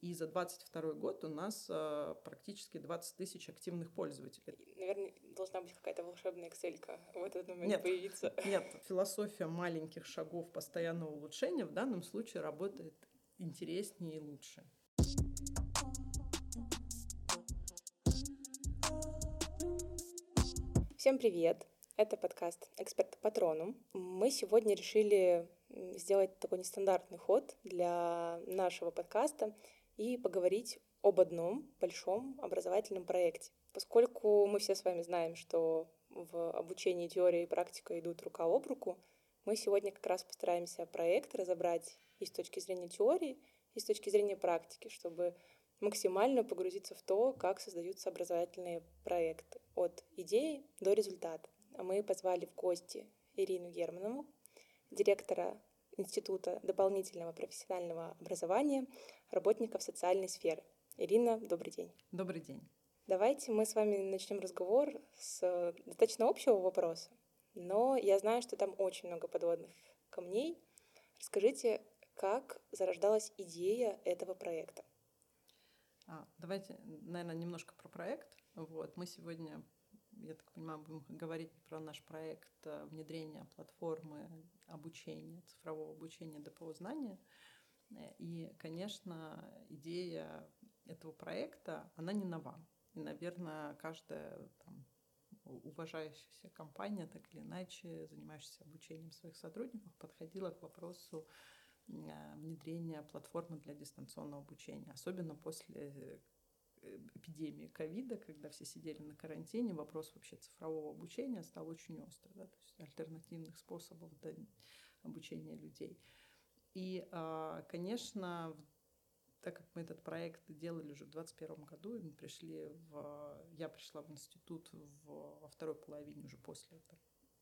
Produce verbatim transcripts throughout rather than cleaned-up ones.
И за двадцать второй год у нас э, практически двадцать тысяч активных пользователей. Наверное, должна быть какая-то волшебная Excel-ка в этот момент Нет, появиться. Нет, философия маленьких шагов постоянного улучшения в данном случае работает интереснее и лучше. Всем привет! Это подкаст «Эксперт по Патрону». Мы сегодня решили сделать такой нестандартный ход для нашего подкаста и поговорить об одном большом образовательном проекте. Поскольку мы все с вами знаем, что в обучении теория и практика идут рука об руку, мы сегодня как раз постараемся проект разобрать и с точки зрения теории, и с точки зрения практики, чтобы максимально погрузиться в то, как создаются образовательные проекты от идеи до результата. Мы позвали в гости Ирину Германову, директора Института дополнительного профессионального образования работников социальной сферы. Ирина, добрый день. Добрый день. Давайте мы с вами начнем разговор с достаточно общего вопроса, но я знаю, что там очень много подводных камней. Расскажите, как зарождалась идея этого проекта? А, давайте, наверное, немножко про проект. Вот. Мы сегодня, я так понимаю, будем говорить про наш проект внедрения платформы обучения, цифрового обучения ДПО знания. И, конечно, идея этого проекта, она не нова. И, наверное, каждая там, уважающаяся компания, так или иначе, занимающаяся обучением своих сотрудников, подходила к вопросу внедрения платформы для дистанционного обучения. Особенно после эпидемии ковида, когда все сидели на карантине, вопрос вообще цифрового обучения стал очень острый, да, то есть альтернативных способов обучения людей. И, конечно, так как мы этот проект делали уже в двадцать первом году, и мы пришли в, я пришла в институт в, во второй половине, уже после этого,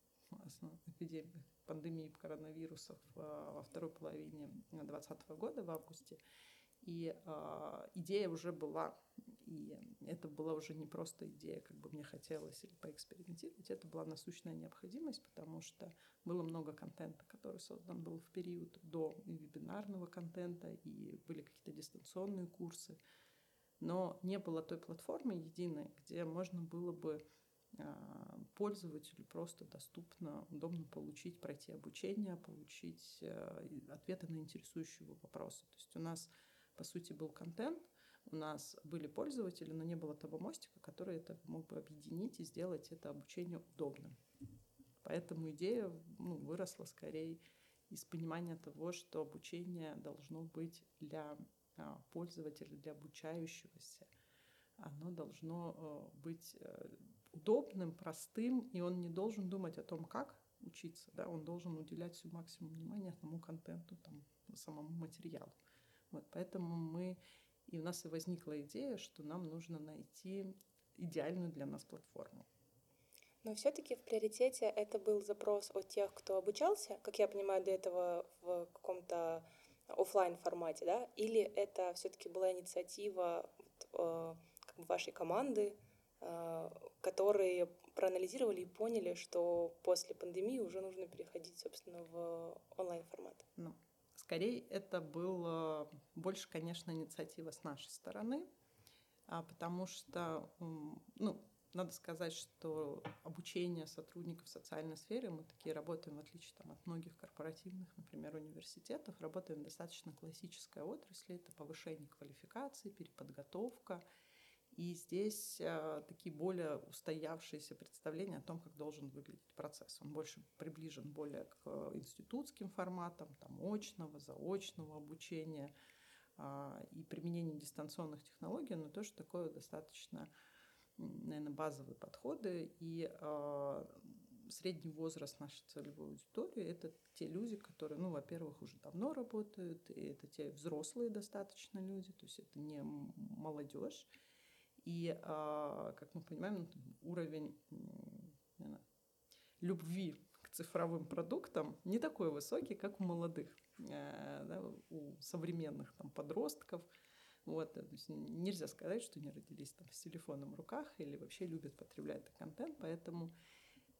эпидемии, пандемии коронавирусов, во второй половине двадцатого года, в августе. И э, идея уже была, и это была уже не просто идея, как бы мне хотелось или поэкспериментировать, это была насущная необходимость, потому что было много контента, который создан был в период до вебинарного контента, и были какие-то дистанционные курсы, но не было той платформы единой, где можно было бы э, пользователю просто доступно, удобно получить, пройти обучение, получить э, ответы на интересующие его вопросы. То есть у нас по сути, был контент, у нас были пользователи, но не было того мостика, который это мог бы объединить и сделать это обучение удобным. Поэтому идея ну, выросла скорее из понимания того, что обучение должно быть для а, пользователя, для обучающегося. Оно должно а, быть а, удобным, простым, и он не должен думать о том, как учиться. Да? Он должен уделять всю максимум внимания тому контенту, там, самому материалу. Вот, поэтому мы, и у нас и возникла идея, что нам нужно найти идеальную для нас платформу. Но все-таки в приоритете это был запрос от тех, кто обучался, как я понимаю, до этого в каком-то офлайн формате, да? Или это все-таки была инициатива вот, как бы вашей команды, которые проанализировали и поняли, что после пандемии уже нужно переходить, собственно, в онлайн формат? Ну. Скорее, это была больше, конечно, инициатива с нашей стороны, потому что, ну, надо сказать, что обучение сотрудников в социальной сфере, мы такие работаем, в отличие там, от многих корпоративных, например, университетов, работаем в достаточно классической отрасли, это повышение квалификации, переподготовка. И здесь а, такие более устоявшиеся представления о том, как должен выглядеть процесс. Он больше приближен более к институтским форматам, там, очного, заочного обучения а, и применения дистанционных технологий, но тоже такое достаточно, наверное, базовые подходы. И а, средний возраст нашей целевой аудитории – это те люди, которые, ну, во-первых, уже давно работают, и это те взрослые достаточно люди, то есть это не молодежь. И, как мы понимаем, уровень наверное, любви к цифровым продуктам не такой высокий, как у молодых, да, у современных там, подростков. Вот, то есть нельзя сказать, что они родились там, с телефоном в руках или вообще любят потреблять этот контент. Поэтому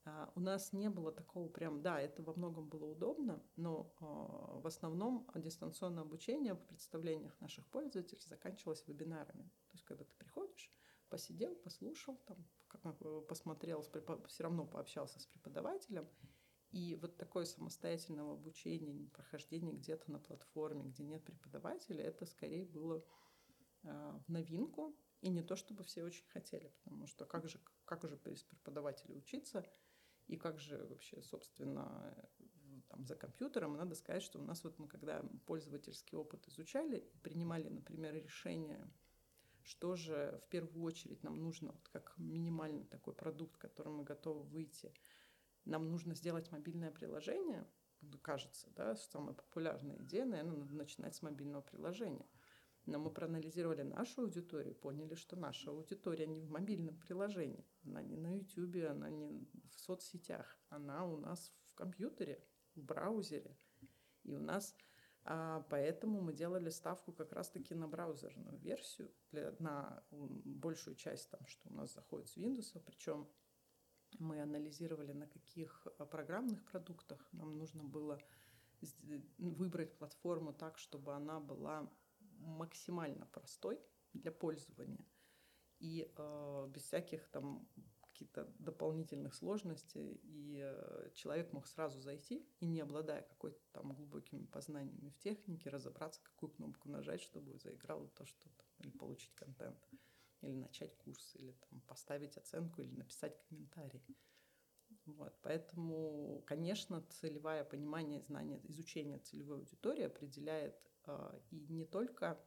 А, у нас не было такого прям, да, это во многом было удобно, но а, в основном дистанционное обучение в представлениях наших пользователей заканчивалось вебинарами. То есть, когда ты приходишь, посидел, послушал, там, посмотрел, все равно пообщался с преподавателем, и вот такое самостоятельное обучение, прохождение где-то на платформе, где нет преподавателя, это скорее было а, в новинку, и не то, чтобы все очень хотели, потому что как же, как же без преподавателя учиться, и как же вообще, собственно, там, за компьютером. Надо сказать, что у нас вот мы, когда пользовательский опыт изучали, принимали, например, решение, что же в первую очередь нам нужно, вот как минимальный такой продукт, к которому мы готовы выйти, нам нужно сделать мобильное приложение, кажется, да, самая популярная идея, наверное, надо начинать с мобильного приложения. Но мы проанализировали нашу аудиторию, поняли, что наша аудитория не в мобильном приложении, она не на YouTube, она не в соцсетях, она у нас в компьютере, в браузере. И у нас а, поэтому мы делали ставку как раз-таки на браузерную версию, для, на большую часть, там, что у нас заходит с Windows, причем мы анализировали, на каких программных продуктах нам нужно было выбрать платформу так, чтобы она была максимально простой для пользования и э, без всяких там каких-то дополнительных сложностей, и э, человек мог сразу зайти и, не обладая какой-то там глубокими познаниями в технике, разобраться, какую кнопку нажать, чтобы заиграло то, что там, или получить контент, или начать курс, или там, поставить оценку, или написать комментарий. Вот, поэтому, конечно, целевое понимание, знание, изучение целевой аудитории определяет э, и не только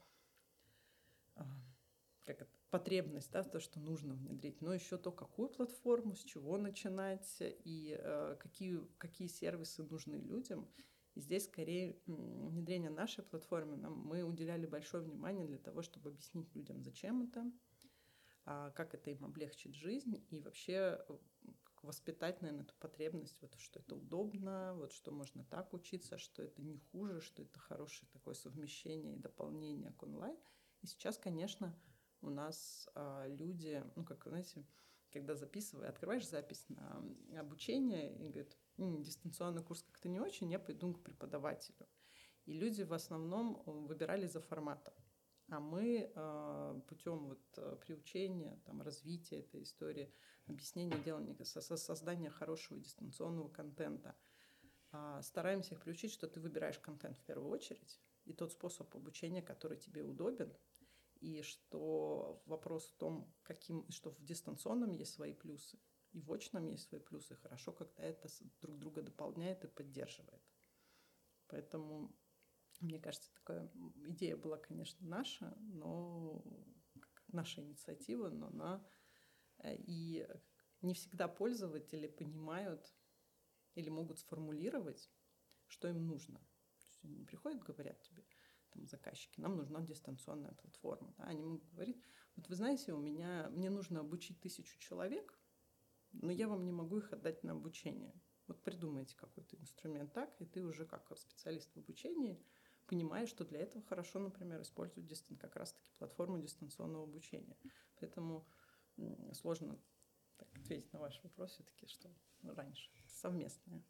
э, как это, потребность, да, то, что нужно внедрить, но еще то, какую платформу, с чего начинать и э, какие, какие сервисы нужны людям. И здесь скорее внедрение нашей платформы нам, мы уделяли большое внимание для того, чтобы объяснить людям, зачем это, э, как это им облегчит жизнь и вообще воспитать, наверное, эту потребность, вот, что это удобно, вот, что можно так учиться, что это не хуже, что это хорошее такое совмещение и дополнение к онлайн. И сейчас, конечно, у нас а, люди, ну, как, знаете, когда записываешь, открываешь запись на обучение и говорят, м, дистанционный курс как-то не очень, я пойду к преподавателю. И люди в основном выбирали за форматом. А мы э, путем вот, приучения, там, развития этой истории, объяснения, делания, создания хорошего дистанционного контента, э, стараемся их приучить, что ты выбираешь контент в первую очередь, и тот способ обучения, который тебе удобен, и что вопрос в том, каким, что в дистанционном есть свои плюсы, и в очном есть свои плюсы. Хорошо, когда это друг друга дополняет и поддерживает. Поэтому... Мне кажется, такая идея была, конечно, наша, но наша инициатива, но она и не всегда пользователи понимают или могут сформулировать, что им нужно. То есть они приходят, говорят тебе, там, заказчики, нам нужна дистанционная платформа. Да? Они могут говорить, вот вы знаете, у меня, мне нужно обучить тысячу человек, но я вам не могу их отдать на обучение. Вот придумайте какой-то инструмент так, и ты уже как специалист в обучении понимаешь, что для этого хорошо, например, использовать дистан- как раз-таки платформу дистанционного обучения. Поэтому м, сложно так ответить на ваш вопрос все-таки, что раньше совместное.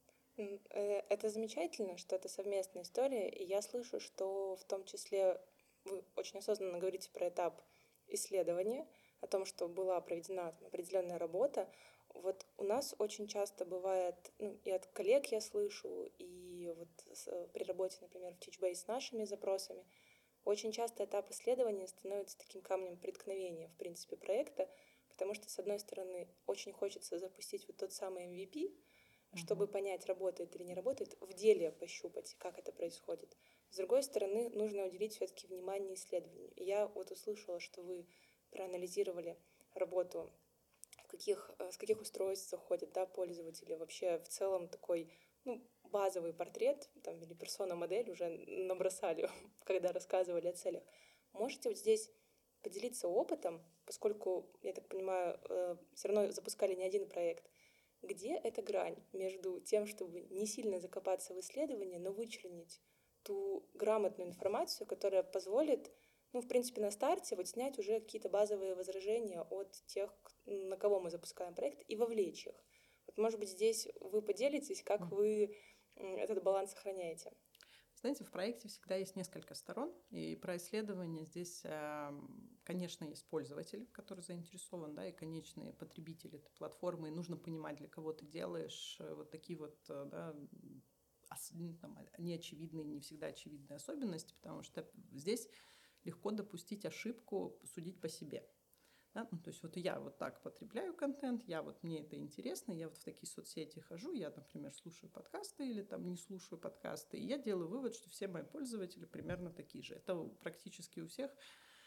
Это замечательно, что это совместная история, и я слышу, что в том числе вы очень осознанно говорите про этап исследования, о том, что была проведена определенная работа. Вот у нас очень часто бывает, ну, и от коллег я слышу, и вот с, при работе, например, в Teachbase с нашими запросами, очень часто этап исследования становится таким камнем преткновения, в принципе, проекта, потому что, с одной стороны, очень хочется запустить вот тот самый эм ви пи, чтобы uh-huh. понять, работает или не работает, в деле пощупать, как это происходит. С другой стороны, нужно уделить все-таки внимание исследованию. И я вот услышала, что вы проанализировали работу, в каких, с каких устройств заходят, да, пользователи, вообще в целом такой, ну, базовый портрет там, или персона-модель уже набросали, когда рассказывали о целях. Можете вот здесь поделиться опытом, поскольку, я так понимаю, все равно запускали не один проект, где эта грань между тем, чтобы не сильно закопаться в исследование, но вычленить ту грамотную информацию, которая позволит, ну, в принципе, на старте вот снять уже какие-то базовые возражения от тех, на кого мы запускаем проект, и вовлечь их. Вот, может быть, здесь вы поделитесь, как mm. вы этот баланс сохраняете? Знаете, в проекте всегда есть несколько сторон, и про исследование здесь, конечно, есть пользователь, который заинтересован, да, и конечные потребители этой платформы, и нужно понимать, для кого ты делаешь вот такие вот, да, там, неочевидные, не всегда очевидные особенности, потому что здесь легко допустить ошибку, судить по себе. Да? Ну, то есть вот я вот так потребляю контент, я вот, мне это интересно, я вот в такие соцсети хожу, я, например, слушаю подкасты или там не слушаю подкасты, и я делаю вывод, что все мои пользователи примерно такие же. Это практически у всех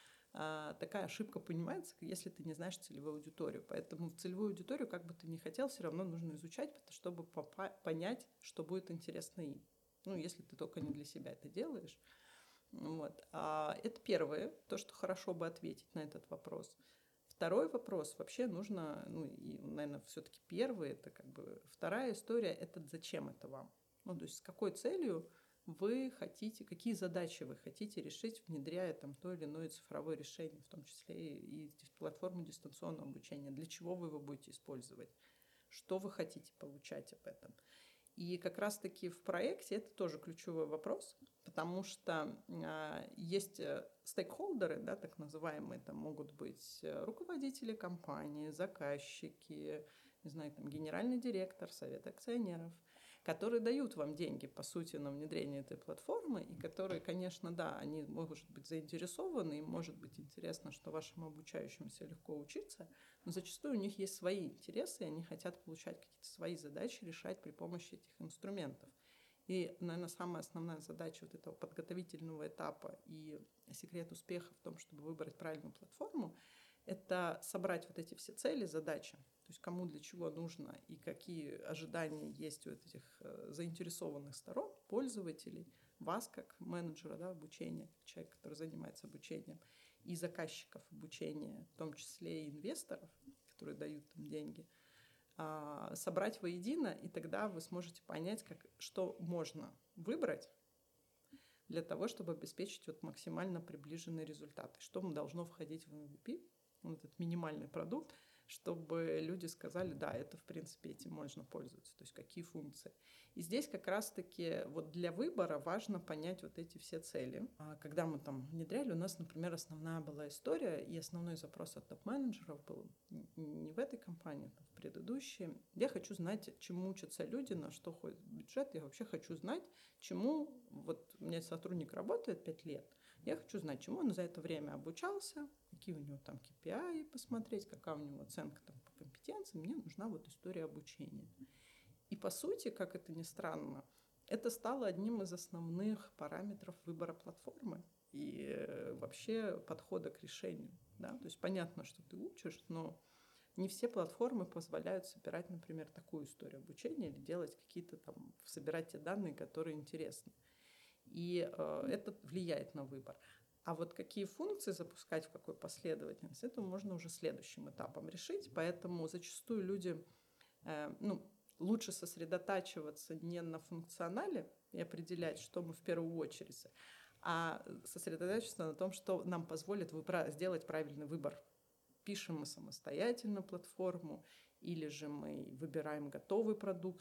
а, такая ошибка понимается, если ты не знаешь целевую аудиторию. Поэтому в целевую аудиторию, как бы ты ни хотел, все равно нужно изучать, чтобы понять, что будет интересно им. Ну, если ты только не для себя это делаешь. Вот. А это первое, то, что хорошо бы ответить на этот вопрос. Второй вопрос, вообще нужно, ну и, наверное, все-таки первый, это как бы вторая история, это зачем это вам? Ну, то есть с какой целью вы хотите, какие задачи вы хотите решить, внедряя там то или иное цифровое решение, в том числе и платформу дистанционного обучения. Для чего вы его будете использовать? Что вы хотите получать об этом? И как раз-таки в проекте это тоже ключевой вопрос, потому что э, есть стейкхолдеры, да, так называемые, там могут быть руководители компании, заказчики, не знаю, там, генеральный директор, совет акционеров, которые дают вам деньги, по сути, на внедрение этой платформы, и которые, конечно, да, они могут быть заинтересованы, им может быть интересно, что вашим обучающимся легко учиться, но зачастую у них есть свои интересы, и они хотят получать какие-то свои задачи, решать при помощи этих инструментов. И, наверное, самая основная задача вот этого подготовительного этапа и секрет успеха в том, чтобы выбрать правильную платформу, это собрать вот эти все цели, задачи, то есть кому для чего нужно и какие ожидания есть у этих заинтересованных сторон, пользователей, вас как менеджера, да, обучения, как человек, который занимается обучением, и заказчиков обучения, в том числе и инвесторов, которые дают там деньги, собрать воедино, и тогда вы сможете понять, как, что можно выбрать для того, чтобы обеспечить вот максимально приближенные результаты, что должно входить в эм ви пи, вот этот минимальный продукт, чтобы люди сказали, да, это, в принципе, этим можно пользоваться, то есть какие функции. И здесь как раз-таки вот для выбора важно понять вот эти все цели. Когда мы там внедряли, у нас, например, основная была история, и основной запрос от топ-менеджеров был не в этой компании, а в предыдущей. Я хочу знать, чему учатся люди, на что ходит бюджет, я вообще хочу знать, чему, вот у меня сотрудник работает пять лет, я хочу знать, чему он за это время обучался, какие у него там кей пи ай посмотреть, какая у него оценка там по компетенциям. Мне нужна вот история обучения. И по сути, как это ни странно, это стало одним из основных параметров выбора платформы и вообще подхода к решению. Да? То есть понятно, что ты учишь, но не все платформы позволяют собирать, например, такую историю обучения или делать какие-то там, собирать те данные, которые интересны. И э, это влияет на выбор. А вот какие функции запускать, в какой последовательности, это можно уже следующим этапом решить. Поэтому зачастую люди, э, ну, лучше сосредотачиваться не на функционале и определять, что мы в первую очередь, а сосредотачиваться на том, что нам позволит выбра- сделать правильный выбор. Пишем мы самостоятельно платформу, или же мы выбираем готовый продукт,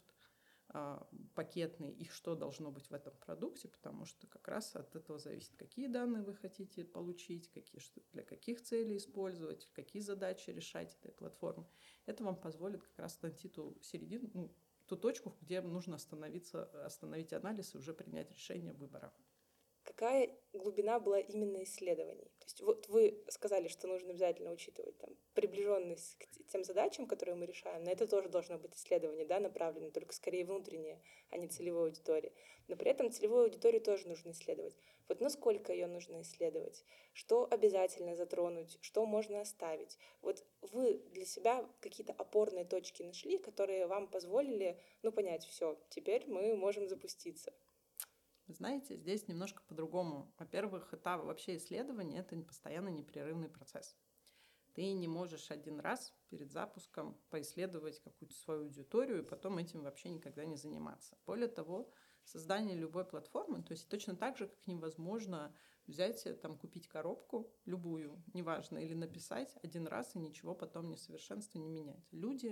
пакетный, и что должно быть в этом продукте, потому что как раз от этого зависит, какие данные вы хотите получить, какие, для каких целей использовать, какие задачи решать этой платформы. Это вам позволит как раз найти ту середину, ну, ту точку, где нужно остановиться, остановить анализ и уже принять решение выбора. Какая глубина была именно исследований? То есть вот вы сказали, что нужно обязательно учитывать там приближенность к тем задачам, которые мы решаем. На это тоже должно быть исследование, да, направлено, только скорее внутреннее, а не целевой аудитории. Но при этом целевую аудиторию тоже нужно исследовать. Вот насколько ее нужно исследовать? Что обязательно затронуть? Что можно оставить? Вот вы для себя какие-то опорные точки нашли, которые вам позволили, ну, понять, все, теперь мы можем запуститься. Знаете, здесь немножко по-другому. Во-первых, этап вообще исследования – это постоянно непрерывный процесс. Ты не можешь один раз перед запуском поисследовать какую-то свою аудиторию и потом этим вообще никогда не заниматься. Более того, создание любой платформы, то есть точно так же, как невозможно взять, там, купить коробку, любую, неважно, или написать один раз и ничего потом несовершенства не менять. Люди, в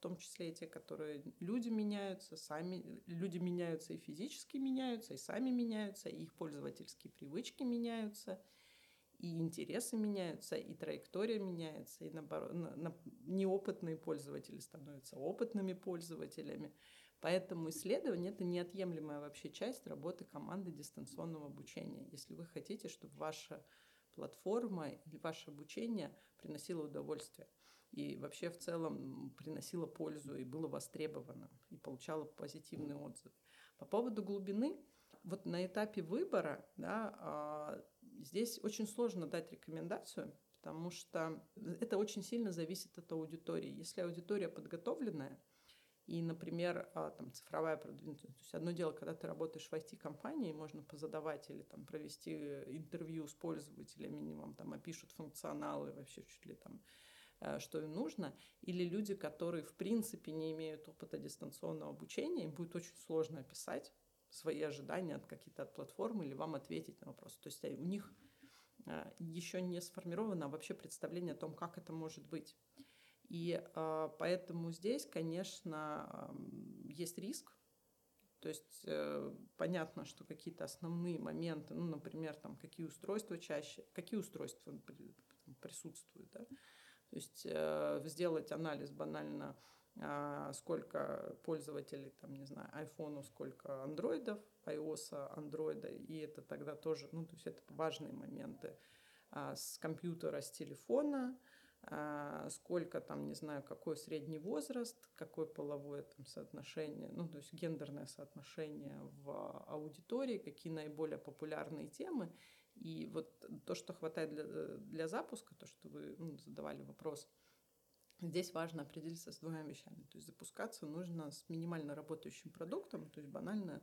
том числе и те, которые люди меняются, сами люди меняются и физически меняются, и сами меняются, и их пользовательские привычки меняются, и интересы меняются, и траектория меняется, и наоборот, на, на, неопытные пользователи становятся опытными пользователями. Поэтому исследование – это неотъемлемая вообще часть работы команды дистанционного обучения. Если вы хотите, чтобы ваша платформа или ваше обучение приносило удовольствие и вообще в целом приносило пользу и было востребовано, и получало позитивные отзывы. По поводу глубины, вот на этапе выбора, да, здесь очень сложно дать рекомендацию, потому что это очень сильно зависит от аудитории. Если аудитория подготовленная, и, например, там, цифровая продвинутость. То есть одно дело, когда ты работаешь в ай ти-компании, можно позадавать или там, провести интервью с пользователями, они вам там опишут функционалы, вообще чуть ли там, что им нужно. Или люди, которые в принципе не имеют опыта дистанционного обучения, им будет очень сложно описать свои ожидания от каких-то от платформы или вам ответить на вопрос. То есть у них еще не сформировано вообще представление о том, как это может быть. И э, поэтому здесь, конечно, э, есть риск. То есть э, понятно, что какие-то основные моменты, ну, например, там, какие устройства чаще, какие устройства присутствуют, да? То есть э, сделать анализ банально, э, сколько пользователей, там, не знаю, айфону, сколько андроидов, iOS, андроида, и это тогда тоже, ну, то есть это важные моменты. А с компьютера, с телефона, сколько там, не знаю, какой средний возраст, какое половое там соотношение, ну, то есть гендерное соотношение в аудитории, какие наиболее популярные темы. И вот то, что хватает для, для запуска, то, что вы ну, задавали вопрос, здесь важно определиться с двумя вещами. То есть запускаться нужно с минимально работающим продуктом, то есть банально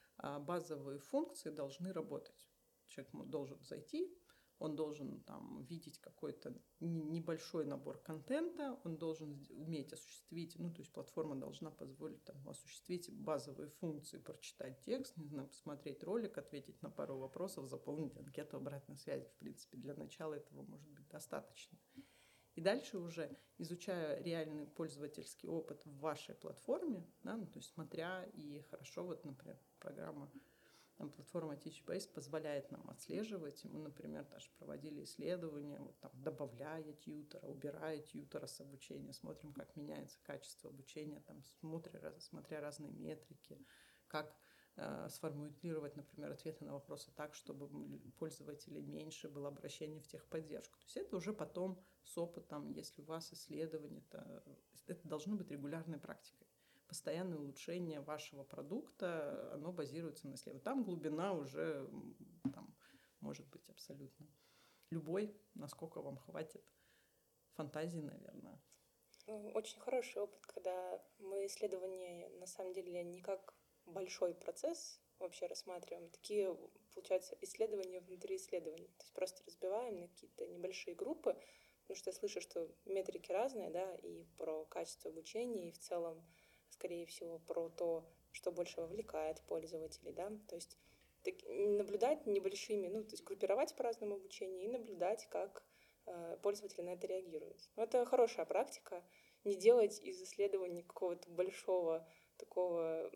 базовые функции должны работать. Человек должен зайти, он должен там, видеть какой-то небольшой набор контента, он должен уметь осуществить, ну, то есть платформа должна позволить там, осуществить базовые функции, прочитать текст, не знаю, посмотреть ролик, ответить на пару вопросов, заполнить анкету обратной связи. В принципе, для начала этого может быть достаточно. И дальше уже, изучая реальный пользовательский опыт в вашей платформе, да, ну, то есть смотря и хорошо, вот, например, программа Там платформа TeachBase позволяет нам отслеживать. Мы, например, даже проводили исследования, вот там, добавляя тьютера, убирая тьютера с обучения, смотрим, как меняется качество обучения, там, смотря, смотря разные метрики, как э, сформулировать, например, ответы на вопросы так, чтобы пользователей меньше было обращение в техподдержку. То есть это уже потом с опытом, если у вас исследование, это, это должно быть регулярной практикой. Постоянное улучшение вашего продукта, оно базируется на исследовании. Там глубина уже там, может быть абсолютно любой, насколько вам хватит фантазии, наверное. Очень хороший опыт, когда мы исследования на самом деле не как большой процесс вообще рассматриваем, такие, получается, исследования внутри исследований. То есть просто разбиваем на какие-то небольшие группы, потому что я слышу, что метрики разные, да, и про качество обучения, и в целом скорее всего, про то, что больше вовлекает пользователей, да, то есть так, наблюдать небольшими, ну, то есть группировать по-разному обучение и наблюдать, как э, пользователи на это реагируют. Но это хорошая практика, не делать из исследований какого-то большого такого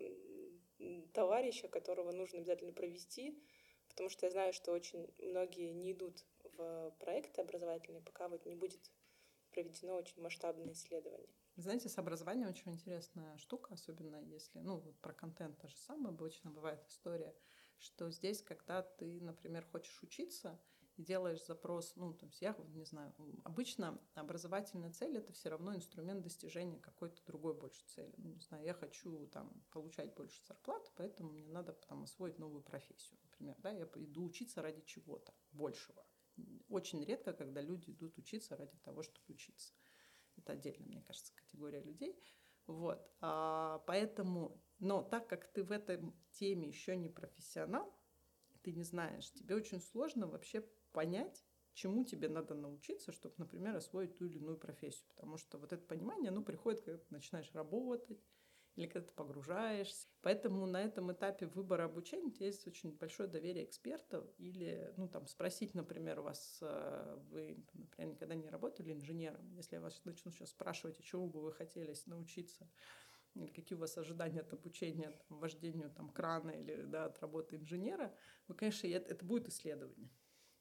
товарища, которого нужно обязательно провести, потому что я знаю, что очень многие не идут в проекты образовательные, пока вот не будет проведено очень масштабное исследование. Знаете, с образованием очень интересная штука, особенно если, ну, вот про контент то же самое, обычно бывает история, что здесь, когда ты, например, хочешь учиться и делаешь запрос, ну, то есть я не знаю, обычно образовательная цель – это все равно инструмент достижения какой-то другой больше цели. Ну, не знаю, я хочу там получать больше зарплаты, поэтому мне надо там освоить новую профессию, например, да, я иду учиться ради чего-то большего. Очень редко, когда люди идут учиться ради того, чтобы учиться. Это отдельно, мне кажется, категория людей. Вот. А, поэтому, но так как ты в этой теме еще не профессионал, ты не знаешь, тебе очень сложно вообще понять, чему тебе надо научиться, чтобы, например, освоить ту или иную профессию. Потому что вот это понимание, оно приходит, когда ты начинаешь работать, или когда ты погружаешься. Поэтому на этом этапе выбора обучения у тебя есть очень большое доверие экспертов. Или, ну, там, спросить, например, у вас, вы, например, никогда не работали инженером. Если я вас начну сейчас спрашивать, а чего бы вы хотели научиться, или какие у вас ожидания от обучения, там, вождению там, крана или да, от работы инженера, ну, конечно, это, это будет исследование.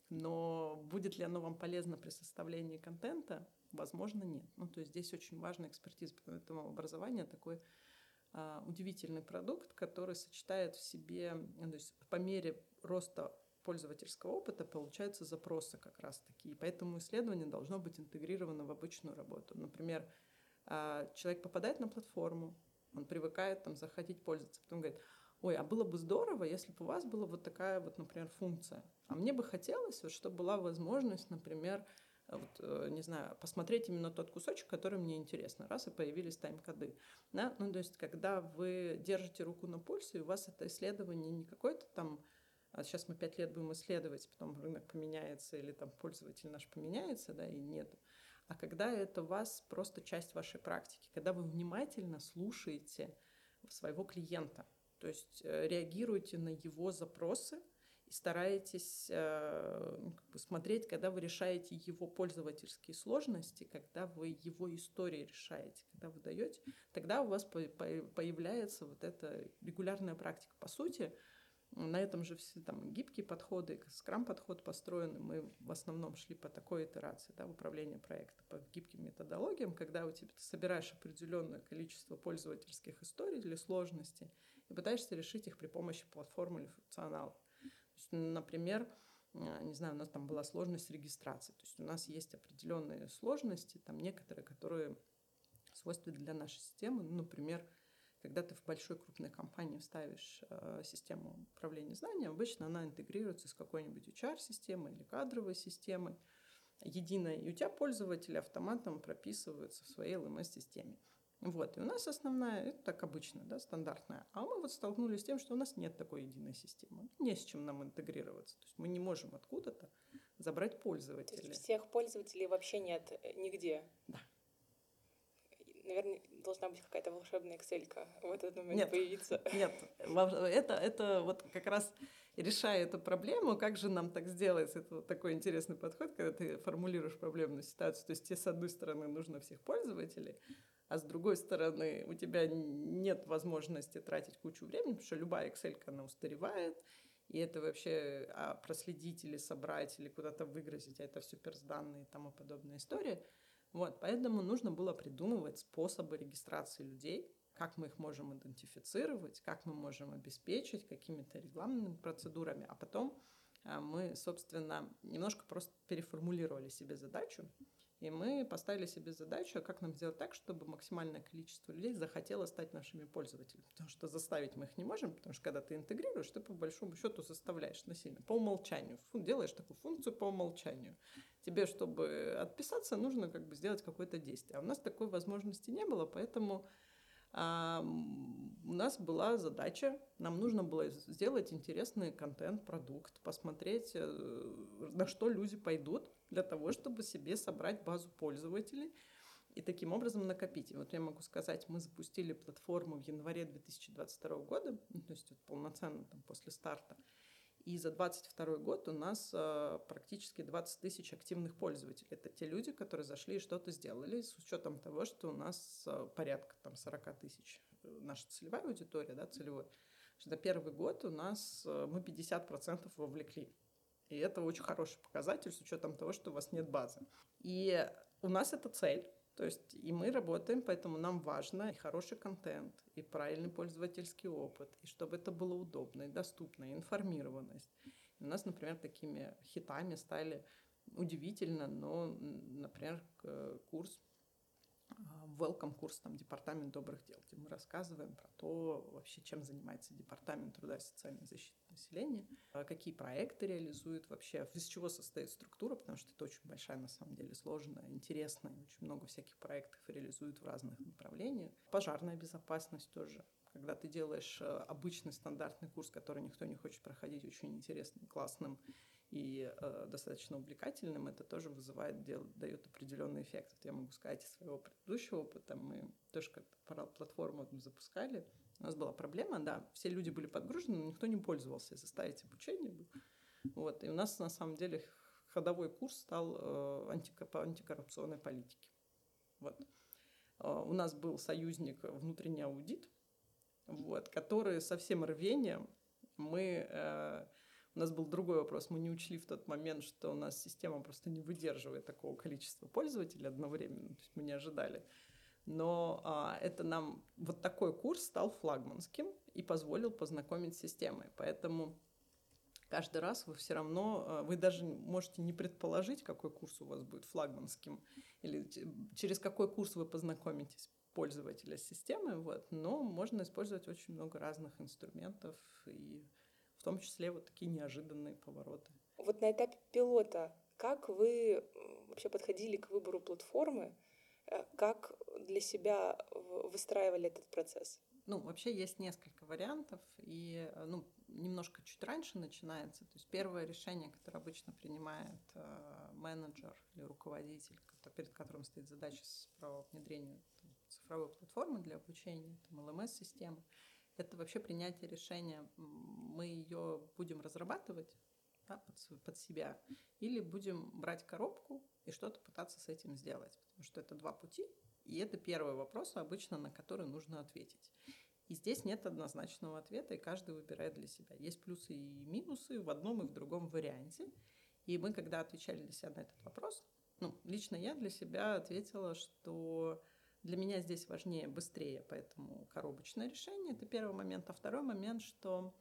Но будет ли оно вам полезно при составлении контента? Возможно, нет. Ну, то есть здесь очень важная экспертиза, поэтому образование такой а, удивительный продукт, который сочетает в себе, ну, то есть по мере роста пользовательского опыта получаются запросы как раз таки. И поэтому исследование должно быть интегрировано в обычную работу. Например, человек попадает на платформу, он привыкает там заходить, пользоваться, потом говорит: ой, а было бы здорово, если бы у вас была вот такая вот, например, функция. А мне бы хотелось, вот, чтобы была возможность, например, вот, не знаю, посмотреть именно тот кусочек, который мне интересно, раз и появились тайм-коды. Да? Ну, то есть, когда вы держите руку на пульсе, и у вас это исследование не какое-то там, а сейчас мы пять лет будем исследовать, потом рынок поменяется или там пользователь наш поменяется, да, и нет. А когда это у вас просто часть вашей практики, когда вы внимательно слушаете своего клиента, то есть реагируете на его запросы и стараетесь э, как бы смотреть, когда вы решаете его пользовательские сложности, когда вы его истории решаете, когда вы даете, тогда у вас по- по- появляется вот эта регулярная практика. По сути, на этом же все там гибкие подходы, скрам-подход построен. Мы в основном шли по такой итерации, да, управления проекта, по гибким методологиям, когда у тебя ты собираешь определенное количество пользовательских историй или сложностей и пытаешься решить их при помощи платформы или функционала. То есть, например, не знаю, у нас там была сложность регистрации. То есть у нас есть определенные сложности, там некоторые, которые свойственны для нашей системы. Ну, например, когда ты в большой крупной компании вставишь э, систему управления знанием, обычно она интегрируется с какой-нибудь эйч ар-системой или кадровой системой единой, и у тебя пользователи автоматом прописываются в своей эл эм эс-системе. Вот. И у нас основная, это так обычно, да, стандартная. А мы вот столкнулись с тем, что у нас нет такой единой системы. Не с чем нам интегрироваться. То есть мы не можем откуда-то забрать пользователей. То есть всех пользователей вообще нет нигде? Да. Наверное, должна быть какая-то волшебная Excel-ка в этот момент нет, появиться. Нет, это, это вот как раз решая эту проблему, как же нам так сделать? Это вот такой интересный подход, когда ты формулируешь проблемную ситуацию. То есть тебе, с одной стороны, нужно всех пользователей, а с другой стороны, у тебя нет возможности тратить кучу времени, потому что любая Excel-ка, она устаревает, и это вообще а проследить или собрать, или куда-то выгрузить, а это все перс-данные и тому подобная история. Вот, поэтому нужно было придумывать способы регистрации людей, как мы их можем идентифицировать, как мы можем обеспечить какими-то рекламными процедурами. А потом мы, собственно, немножко просто переформулировали себе задачу, и мы поставили себе задачу, как нам сделать так, чтобы максимальное количество людей захотело стать нашими пользователями. Потому что заставить мы их не можем, потому что когда ты интегрируешь, ты по большому счету заставляешь насильно, по умолчанию. Делаешь такую функцию по умолчанию. Тебе, чтобы отписаться, нужно как бы сделать какое-то действие. А у нас такой возможности не было, поэтому а, у нас была задача, нам нужно было сделать интересный контент, продукт, посмотреть, на что люди пойдут для того, чтобы себе собрать базу пользователей и таким образом накопить. И вот я могу сказать, мы запустили платформу в январе две тысячи двадцать второго года, ну, то есть вот полноценно там, после старта. И за двадцать второй год у нас э, практически двадцать тысяч активных пользователей. Это те люди, которые зашли и что-то сделали, с учетом того, что у нас э, порядка там, сорок тысяч наша целевая аудитория, да, целевой. За первый год у нас э, мы пятьдесят процентов вовлекли. И это очень хороший показатель с учетом того, что у вас нет базы. И у нас это цель. То есть и мы работаем, поэтому нам важно и хороший контент, и правильный пользовательский опыт, и чтобы это было удобно, и доступно, и информированность. И у нас, например, такими хитами стали удивительно, но, например, курс, welcome курс там, Департамент добрых дел, где мы рассказываем про то, вообще, чем занимается Департамент труда и социальной защиты населения, какие проекты реализуют вообще, из чего состоит структура, потому что это очень большая, на самом деле, сложная, интересная, очень много всяких проектов реализуют в разных направлениях. Пожарная безопасность тоже. Когда ты делаешь обычный стандартный курс, который никто не хочет проходить, очень интересным, классным и э, достаточно увлекательным, это тоже вызывает, дел, дает определенный эффект. Вот я могу сказать из своего предыдущего опыта, мы тоже как-то платформу запускали, у нас была проблема, да, все люди были подгружены, но никто не пользовался, и заставить обучение было. Вот, и у нас на самом деле ходовой курс стал э, антика, по антикоррупционной политике. Вот. Э, у нас был союзник внутренний аудит, вот, который со всем рвением мы... Э, у нас был другой вопрос. Мы не учли в тот момент, что у нас система просто не выдерживает такого количества пользователей одновременно. То есть мы не ожидали. Но а, это нам... Вот такой курс стал флагманским и позволил познакомить с системой. Поэтому каждый раз вы все равно... Вы даже можете не предположить, какой курс у вас будет флагманским, или через какой курс вы познакомитесь пользователя с системой. Вот. Но можно использовать очень много разных инструментов и... в том числе вот такие неожиданные повороты. Вот на этапе пилота, как вы вообще подходили к выбору платформы, как для себя выстраивали этот процесс? Ну, вообще есть несколько вариантов, и ну, немножко чуть раньше начинается. То есть первое решение, которое обычно принимает э, менеджер или руководитель, перед которым стоит задача по внедрению там, цифровой платформы для обучения, там, эл эм эс-системы, это вообще принятие решения, мы ее будем разрабатывать, да, под, под себя, или будем брать коробку и что-то пытаться с этим сделать. Потому что это два пути, и это первый вопрос обычно, на который нужно ответить. И здесь нет однозначного ответа, и каждый выбирает для себя. Есть плюсы и минусы в одном и в другом варианте. И мы, когда отвечали для себя на этот вопрос, ну, лично я для себя ответила, что... Для меня здесь важнее быстрее, поэтому коробочное решение – это первый момент. А второй момент, что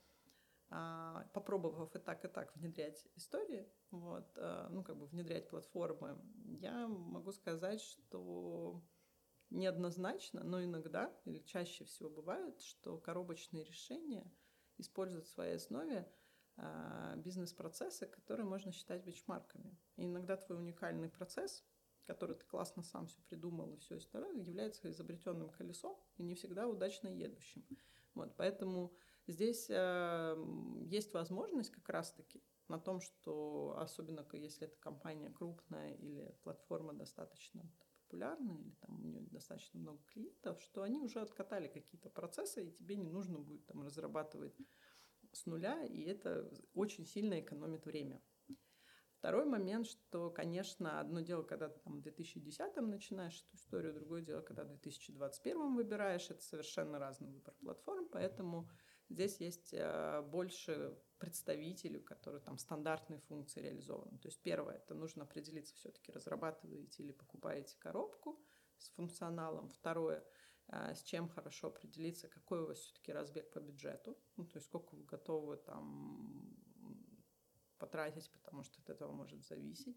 а, попробовав и так, и так внедрять истории, вот, а, ну, как бы внедрять платформы, я могу сказать, что неоднозначно, но иногда, или чаще всего бывает, что коробочные решения используют в своей основе а, бизнес-процессы, которые можно считать бенчмарками. И иногда твой уникальный процесс – который ты классно сам все придумал и все остальное, является изобретенным колесом и не всегда удачно едущим. Вот, поэтому здесь э, есть возможность как раз-таки на том, что особенно если эта компания крупная или платформа достаточно популярная, или там у нее достаточно много клиентов, что они уже откатали какие-то процессы, и тебе не нужно будет там разрабатывать с нуля, и это очень сильно экономит время. Второй момент, что, конечно, одно дело, когда ты там в две тысячи десятом начинаешь эту историю, другое дело, когда в две тысячи двадцать первом выбираешь, это совершенно разный выбор платформ, поэтому здесь есть больше представителей, которые там стандартные функции реализованы. То есть первое, это нужно определиться, все-таки разрабатываете или покупаете коробку с функционалом. Второе, с чем хорошо определиться, какой у вас все-таки разбег по бюджету, ну, то есть сколько вы готовы там потратить, потому что от этого может зависеть.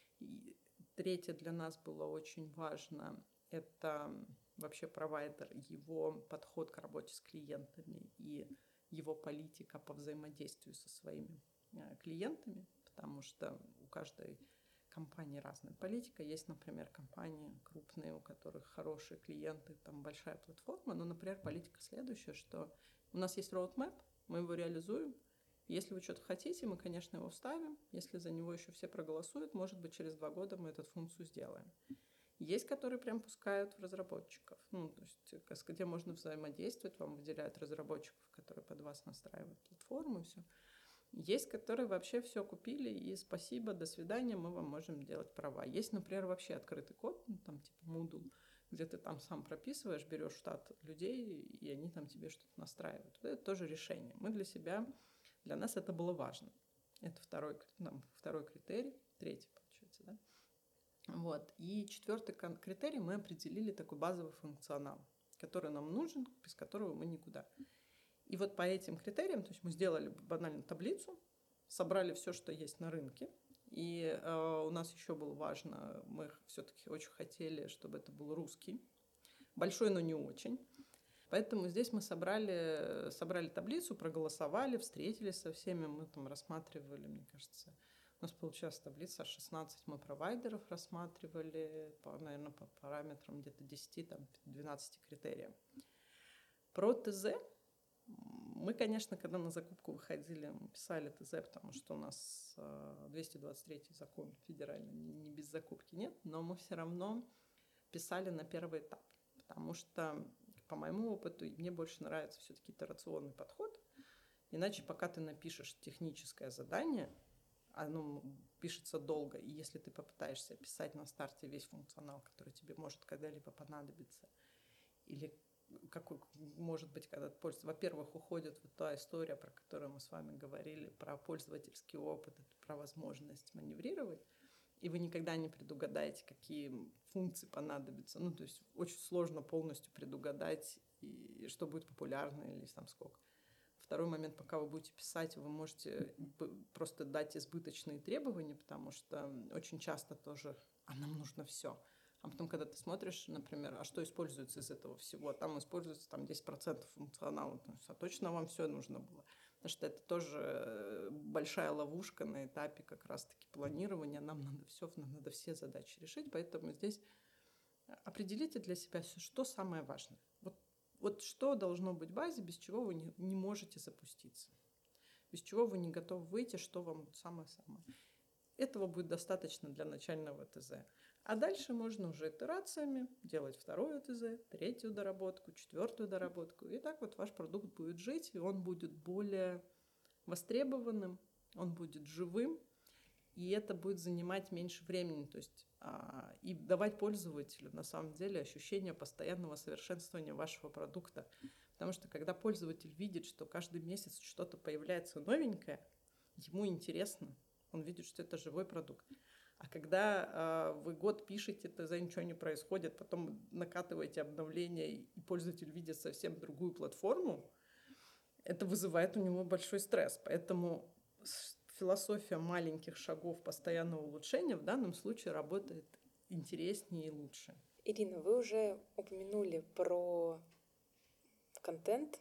И третье для нас было очень важно, это вообще провайдер, его подход к работе с клиентами и его политика по взаимодействию со своими клиентами, потому что у каждой компании разная политика. Есть, например, компании крупные, у которых хорошие клиенты, там большая платформа, но, например, политика следующая, что у нас есть roadmap, мы его реализуем. Если вы что-то хотите, мы, конечно, его вставим. Если за него еще все проголосуют, может быть, через два года мы эту функцию сделаем. Есть, которые прям пускают в разработчиков. Ну, то есть, где можно взаимодействовать, вам выделяют разработчиков, которые под вас настраивают платформу и все. Есть, которые вообще все купили, и спасибо, до свидания, мы вам можем делать права. Есть, например, вообще открытый код, ну, там типа Moodle, где ты там сам прописываешь, берешь штат людей, и они там тебе что-то настраивают. Это тоже решение. Мы для себя... Для нас это было важно. Это второй, ну, второй критерий, третий, получается, да? Вот. И четвертый критерий мы определили такой базовый функционал, который нам нужен, без которого мы никуда. И вот по этим критериям, то есть мы сделали банально таблицу, собрали все, что есть на рынке, и э, у нас еще было важно, мы все-таки очень хотели, чтобы это был русский, большой, но не очень. Поэтому здесь мы собрали, собрали таблицу, проголосовали, встретились со всеми, мы там рассматривали, мне кажется, у нас получилась таблица шестнадцать мы провайдеров рассматривали, по, наверное, по параметрам где-то десять-двенадцать критериев. Про ТЗ Мы, конечно, когда на закупку выходили, мы писали ТЗ, потому что у нас двести двадцать третий закон федеральный, не без закупки нет, но мы все равно писали на первый этап, потому что, по моему опыту, мне больше нравится все-таки итерационный подход, иначе пока ты напишешь техническое задание, оно пишется долго, и если ты попытаешься писать на старте весь функционал, который тебе может когда-либо понадобиться, или какой, может быть, когда пользователь, во-первых, уходит вот та история, про которую мы с вами говорили, про пользовательский опыт, про возможность маневрировать, и вы никогда не предугадаете, какие функции понадобятся. Ну, то есть очень сложно полностью предугадать, и что будет популярно или там сколько. Второй момент, пока вы будете писать, вы можете просто дать избыточные требования, потому что очень часто тоже, а нам нужно все. А потом, когда ты смотришь, например, а что используется из этого всего, там используется там, десять процентов функционала, то есть, а точно вам все нужно было. Потому что это тоже большая ловушка на этапе как раз-таки планирования. Нам надо все, нам надо все задачи решить, поэтому здесь определите для себя, что самое важное. Вот, вот что должно быть в базе, без чего вы не, не можете запуститься, без чего вы не готовы выйти, что вам самое-самое. Этого будет достаточно для начального ТЗ. А дальше можно уже итерациями делать вторую ТЗ, третью доработку, четвертую доработку. И так вот ваш продукт будет жить, и он будет более востребованным, он будет живым, и это будет занимать меньше времени. То есть а, и давать пользователю на самом деле ощущение постоянного совершенствования вашего продукта. Потому что когда пользователь видит, что каждый месяц что-то появляется новенькое, ему интересно. Он видит, что это живой продукт. А когда э, вы год пишете, ТЗ, ничего не происходит, потом накатываете обновления, и пользователь видит совсем другую платформу, это вызывает у него большой стресс. Поэтому философия маленьких шагов постоянного улучшения в данном случае работает интереснее и лучше. Ирина, вы уже упомянули про контент,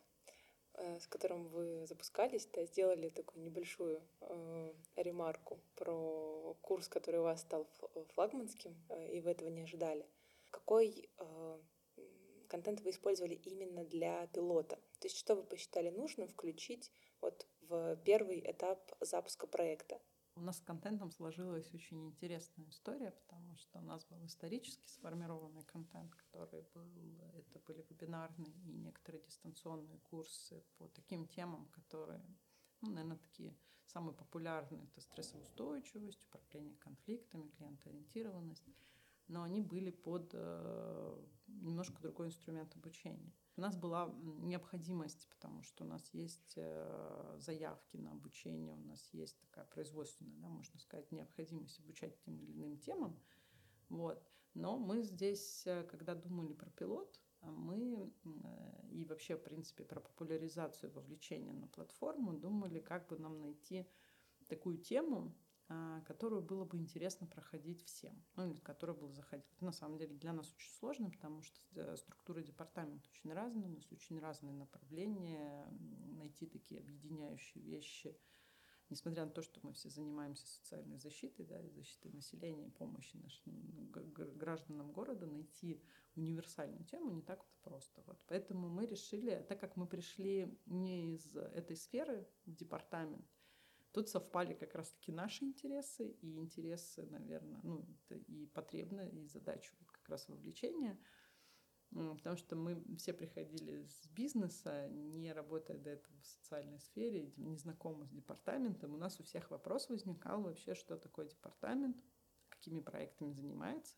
с которым вы запускались, да, сделали такую небольшую э, ремарку про курс, который у вас стал флагманским, э, и вы этого не ожидали. Какой э, контент вы использовали именно для пилота? То есть что вы посчитали нужным включить вот в первый этап запуска проекта? У нас с контентом сложилась очень интересная история, потому что у нас был исторически сформированный контент, который был, это были вебинарные и некоторые дистанционные курсы по таким темам, которые, ну, наверное, такие самые популярные. Это стрессоустойчивость, управление конфликтами, клиентоориентированность. Но они были под э, немножко другой инструмент обучения. У нас была необходимость, потому что у нас есть э, заявки на обучение, у нас есть такая производственная, да, можно сказать, необходимость обучать тем или иным темам. Вот. Но мы здесь, когда думали про пилот, мы э, и вообще, в принципе, про популяризацию вовлечения на платформу, думали, как бы нам найти такую тему, которую было бы интересно проходить всем, ну, или которая была заходить. Это на самом деле для нас очень сложно, потому что структура департамента очень разная, у нас очень разные направления, найти такие объединяющие вещи, несмотря на то, что мы все занимаемся социальной защитой, да, защитой населения, помощи нашим гражданам города, найти универсальную тему не так вот просто. Вот. Поэтому мы решили, так как мы пришли не из этой сферы в департамент, тут совпали как раз-таки наши интересы и интересы, наверное, ну, это и потребно, и задачу вот как раз вовлечения, потому что мы все приходили с бизнеса, не работая до этого в социальной сфере, не знакомы с департаментом. У нас у всех вопрос возникал вообще, что такое департамент, какими проектами занимается.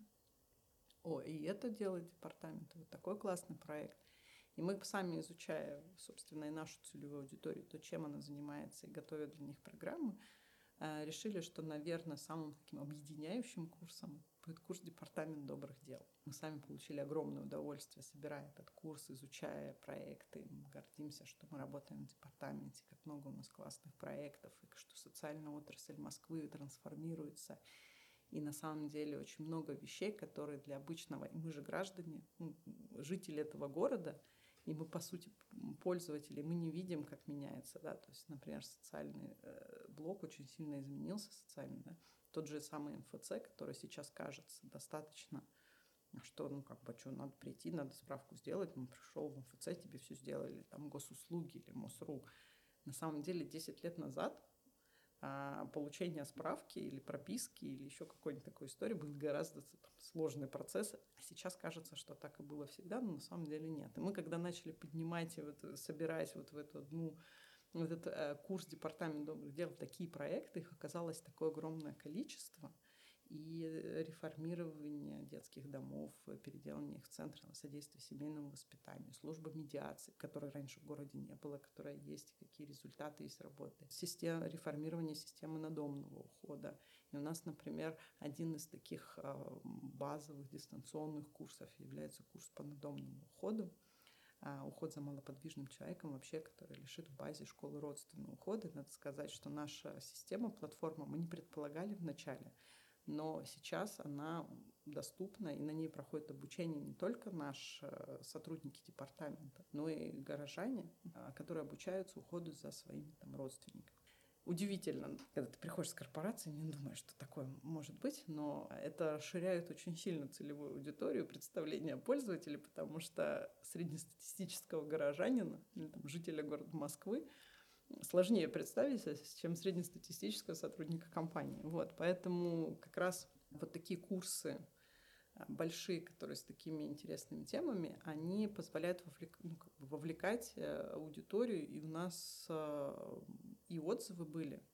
О, и это делает департамент, вот такой классный проект. И мы сами, изучая, собственно, и нашу целевую аудиторию, то, чем она занимается, и готовя для них программы, решили, что, наверное, самым таким объединяющим курсом будет курс «Департамент добрых дел». Мы сами получили огромное удовольствие, собирая этот курс, изучая проекты. Мы гордимся, что мы работаем в департаменте, как много у нас классных проектов, и что социальная отрасль Москвы трансформируется. И на самом деле очень много вещей, которые для обычного, мы же граждане, ну, жители этого города, и мы, по сути, пользователи, мы не видим, как меняется, да, то есть, например, социальный э, блок очень сильно изменился, социальный, да, тот же самый МФЦ, который сейчас кажется достаточно что, ну, как бы, что, надо прийти, надо справку сделать, ну, пришел в эм эф це, тебе все сделали, там, госуслуги или МОСРУ. На самом деле, десять лет назад а, получение справки или прописки или еще какой-нибудь такой истории был гораздо там, сложный процесс. А сейчас кажется, что так и было всегда, но на самом деле нет. И мы, когда начали поднимать и вот, собирать вот в эту одну вот этот э, курс Департамент добрых дел, такие проекты, их оказалось такое огромное количество, и реформирование детских домов, переделание их в центры содействия семейному воспитанию, служба медиации, которой раньше в городе не было, которая есть, какие результаты есть работы, система, реформирование системы надомного ухода. И у нас, например, один из таких базовых дистанционных курсов является курс по надомному уходу, уход за малоподвижным человеком, вообще, который лежит в базе школы родственного ухода. Надо сказать, что наша система, платформа, мы не предполагали вначале, но сейчас она доступна, и на ней проходит обучение не только наши сотрудники департамента, но и горожане, которые обучаются уходу за своими там, родственниками. Удивительно, когда ты приходишь с корпорации, не думаешь, что такое может быть, но это расширяет очень сильно целевую аудиторию, представление о пользователе, потому что среднестатистического горожанина или там, жителя города Москвы сложнее представить, чем среднестатистического сотрудника компании. Вот, поэтому как раз вот такие курсы большие, которые с такими интересными темами, они позволяют вовлек... ну, как бы вовлекать аудиторию, и у нас и отзывы были.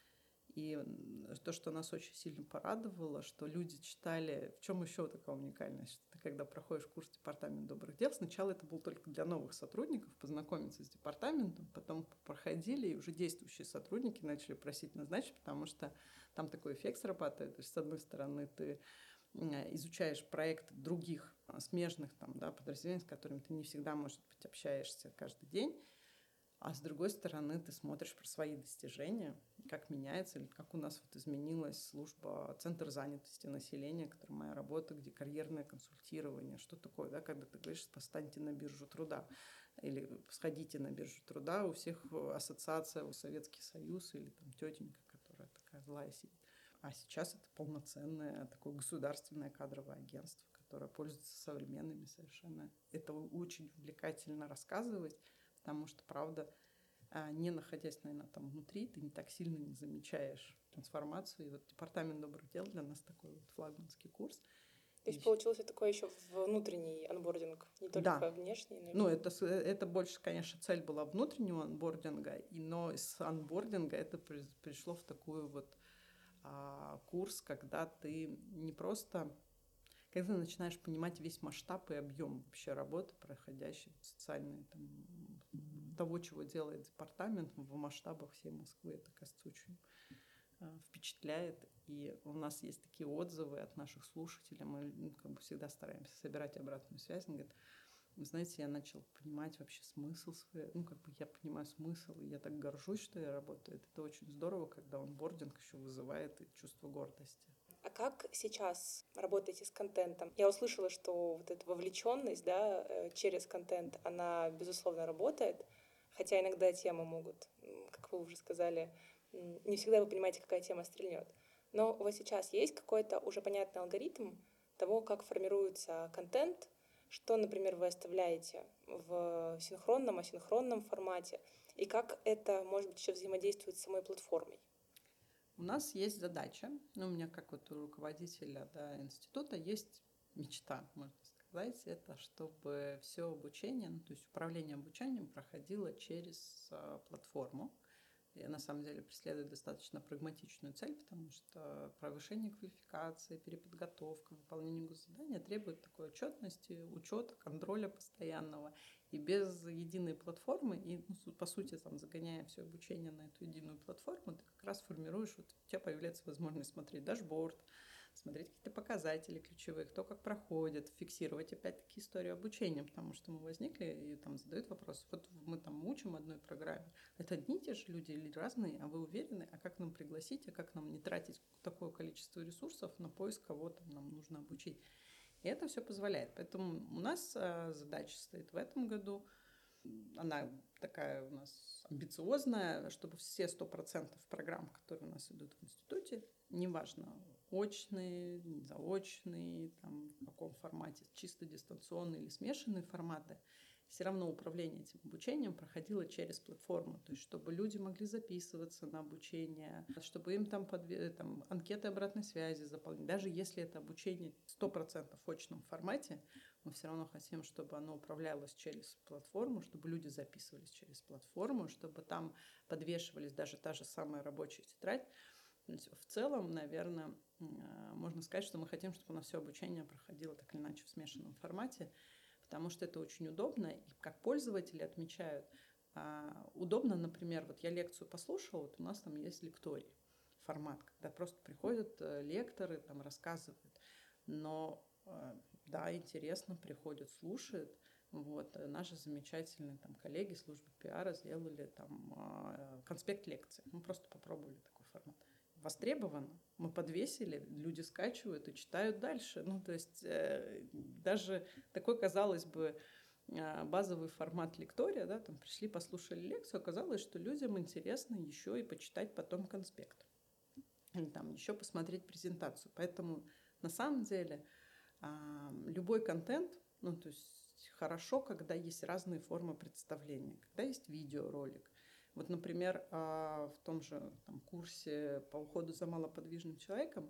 И то, что нас очень сильно порадовало, что люди читали, в чем еще такая уникальность, что ты когда проходишь курс Департамент добрых дел, сначала это был только для новых сотрудников, познакомиться с департаментом, потом проходили, и уже действующие сотрудники начали просить назначить, потому что там такой эффект срабатывает. То есть, с одной стороны, ты изучаешь проекты других смежных там, да, подразделений, с которыми ты не всегда, может быть, общаешься каждый день, а с другой стороны, ты смотришь про свои достижения, как меняется, или как у нас вот изменилась служба, центр занятости населения, которая моя работа, где карьерное консультирование, что такое, да, когда ты говоришь, поставьте на биржу труда, или сходите на биржу труда, у всех ассоциация, у Советский Союз, или там тетенька, которая такая злая сидит. А сейчас это полноценное такое государственное кадровое агентство, которое пользуется современными совершенно. Это очень увлекательно рассказывать, потому что, правда, не находясь, наверное, там внутри, ты не так сильно не замечаешь трансформацию. И вот Департамент добрых дел для нас такой вот флагманский курс. То есть, и... получился такой еще внутренний анбординг, не только да. внешний. Но ну, это, это больше, конечно, цель была внутреннего анбординга, и, но из анбординга это пришло в такую вот а, курс, когда ты не просто... Когда ты начинаешь понимать весь масштаб и объем вообще работы, проходящей социальной, там, того, чего делает департамент в масштабах всей Москвы, это, кажется, очень э, впечатляет. И у нас есть такие отзывы от наших слушателей, мы ну, как бы всегда стараемся собирать обратную связь. Они говорят, вы знаете, я начал понимать вообще смысл свой, ну, как бы я понимаю смысл, и я так горжусь, что я работаю. Это очень здорово, когда онбординг еще вызывает чувство гордости. А как сейчас работаете с контентом? Я услышала, что вот эта вовлеченность, да, через контент, она, безусловно, работает, хотя иногда темы могут, как вы уже сказали, не всегда вы понимаете, какая тема стрельнет. Но у вас сейчас есть какой-то уже понятный алгоритм того, как формируется контент, что, например, вы оставляете в синхронном, асинхронном формате, и как это, может быть, еще взаимодействует с самой платформой? У нас есть задача, ну, у меня как вот у руководителя да, института есть мечта, можно сказать, это чтобы все обучение, ну, то есть управление обучением проходило через а, платформу. Я на самом деле преследую достаточно прагматичную цель, потому что повышение квалификации, переподготовка, выполнение госзадания требует такой отчетности, учета, контроля постоянного. И без единой платформы, и ну, по сути, там, загоняя все обучение на эту единую платформу, ты как раз формируешь, вот, у тебя появляется возможность смотреть дашборд, смотреть какие-то показатели ключевые, кто как проходит, фиксировать опять-таки историю обучения, потому что мы возникли и там задают вопрос, вот мы там учим одной программе, это одни и те же люди или разные, а вы уверены, а как нам пригласить, а как нам не тратить такое количество ресурсов на поиск, кого там нам нужно обучить. И это все позволяет. Поэтому у нас задача стоит в этом году, она такая у нас амбициозная, чтобы все сто процентов программ, которые у нас идут в институте, неважно, очный, заочный, там, в каком формате, чисто дистанционный или смешанные форматы, все равно управление этим обучением проходило через платформу, то есть чтобы люди могли записываться на обучение, чтобы им там, подве- там анкеты обратной связи заполнять. Даже если это обучение сто процентов в очном формате, мы все равно хотим, чтобы оно управлялось через платформу, чтобы люди записывались через платформу, чтобы там подвешивались даже та же самая рабочая тетрадь. В целом, наверное, можно сказать, что мы хотим, чтобы у нас все обучение проходило так или иначе в смешанном формате, потому что это очень удобно, и как пользователи отмечают, удобно, например, вот я лекцию послушала, вот у нас там есть лекторий формат, когда просто приходят лекторы, там рассказывают, но да, интересно, приходят, слушают. Вот, наши замечательные там коллеги службы пиара сделали там конспект лекции, мы просто попробовали такой формат. Востребовано, мы подвесили, люди скачивают и читают дальше. Ну, то есть э, даже такой, казалось бы, базовый формат лектория, да, там пришли, послушали лекцию, оказалось, что людям интересно еще и почитать потом конспект. Или там еще посмотреть презентацию. Поэтому на самом деле э, любой контент, ну, то есть хорошо, когда есть разные формы представления, когда есть видеоролик. Вот, например, в том же там, курсе по уходу за малоподвижным человеком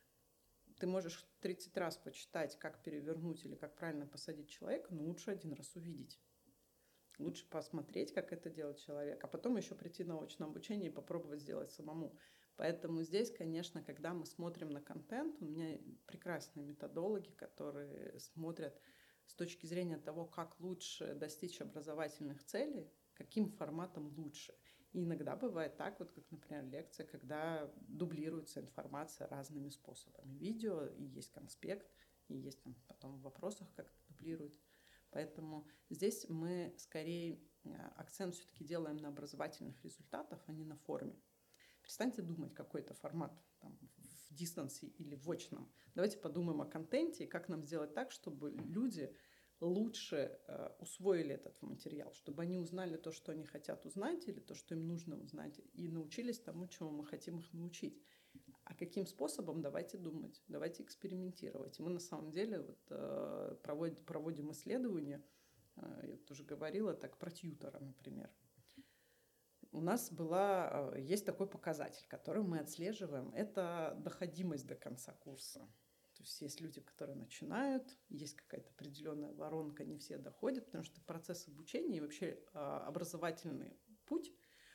ты можешь тридцать раз почитать, как перевернуть или как правильно посадить человека, но лучше один раз увидеть. Лучше посмотреть, как это делает человек, а потом еще прийти на очное обучение и попробовать сделать самому. Поэтому здесь, конечно, когда мы смотрим на контент, у меня прекрасные методологи, которые смотрят с точки зрения того, как лучше достичь образовательных целей, каким форматом лучше. И иногда бывает так, вот как, например, лекция, когда дублируется информация разными способами. Видео, и есть конспект, и есть там потом в вопросах как-то дублируется. Поэтому здесь мы скорее акцент все-таки делаем на образовательных результатах, а не на форме. Перестаньте думать, какой это формат там, в дистанции или в очном. Давайте подумаем о контенте и как нам сделать так, чтобы люди лучше э, усвоили этот материал, чтобы они узнали то, что они хотят узнать, или то, что им нужно узнать, и научились тому, чему мы хотим их научить. А каким способом? Давайте думать, давайте экспериментировать. И мы на самом деле вот, э, проводим, проводим исследования, э, я тоже говорила так, про тьютора, например. У нас была, э, есть такой показатель, который мы отслеживаем, это доходимость до конца курса. То есть есть люди, которые начинают, есть какая-то определенная воронка, не все доходят, потому что процесс обучения и вообще образовательный путь,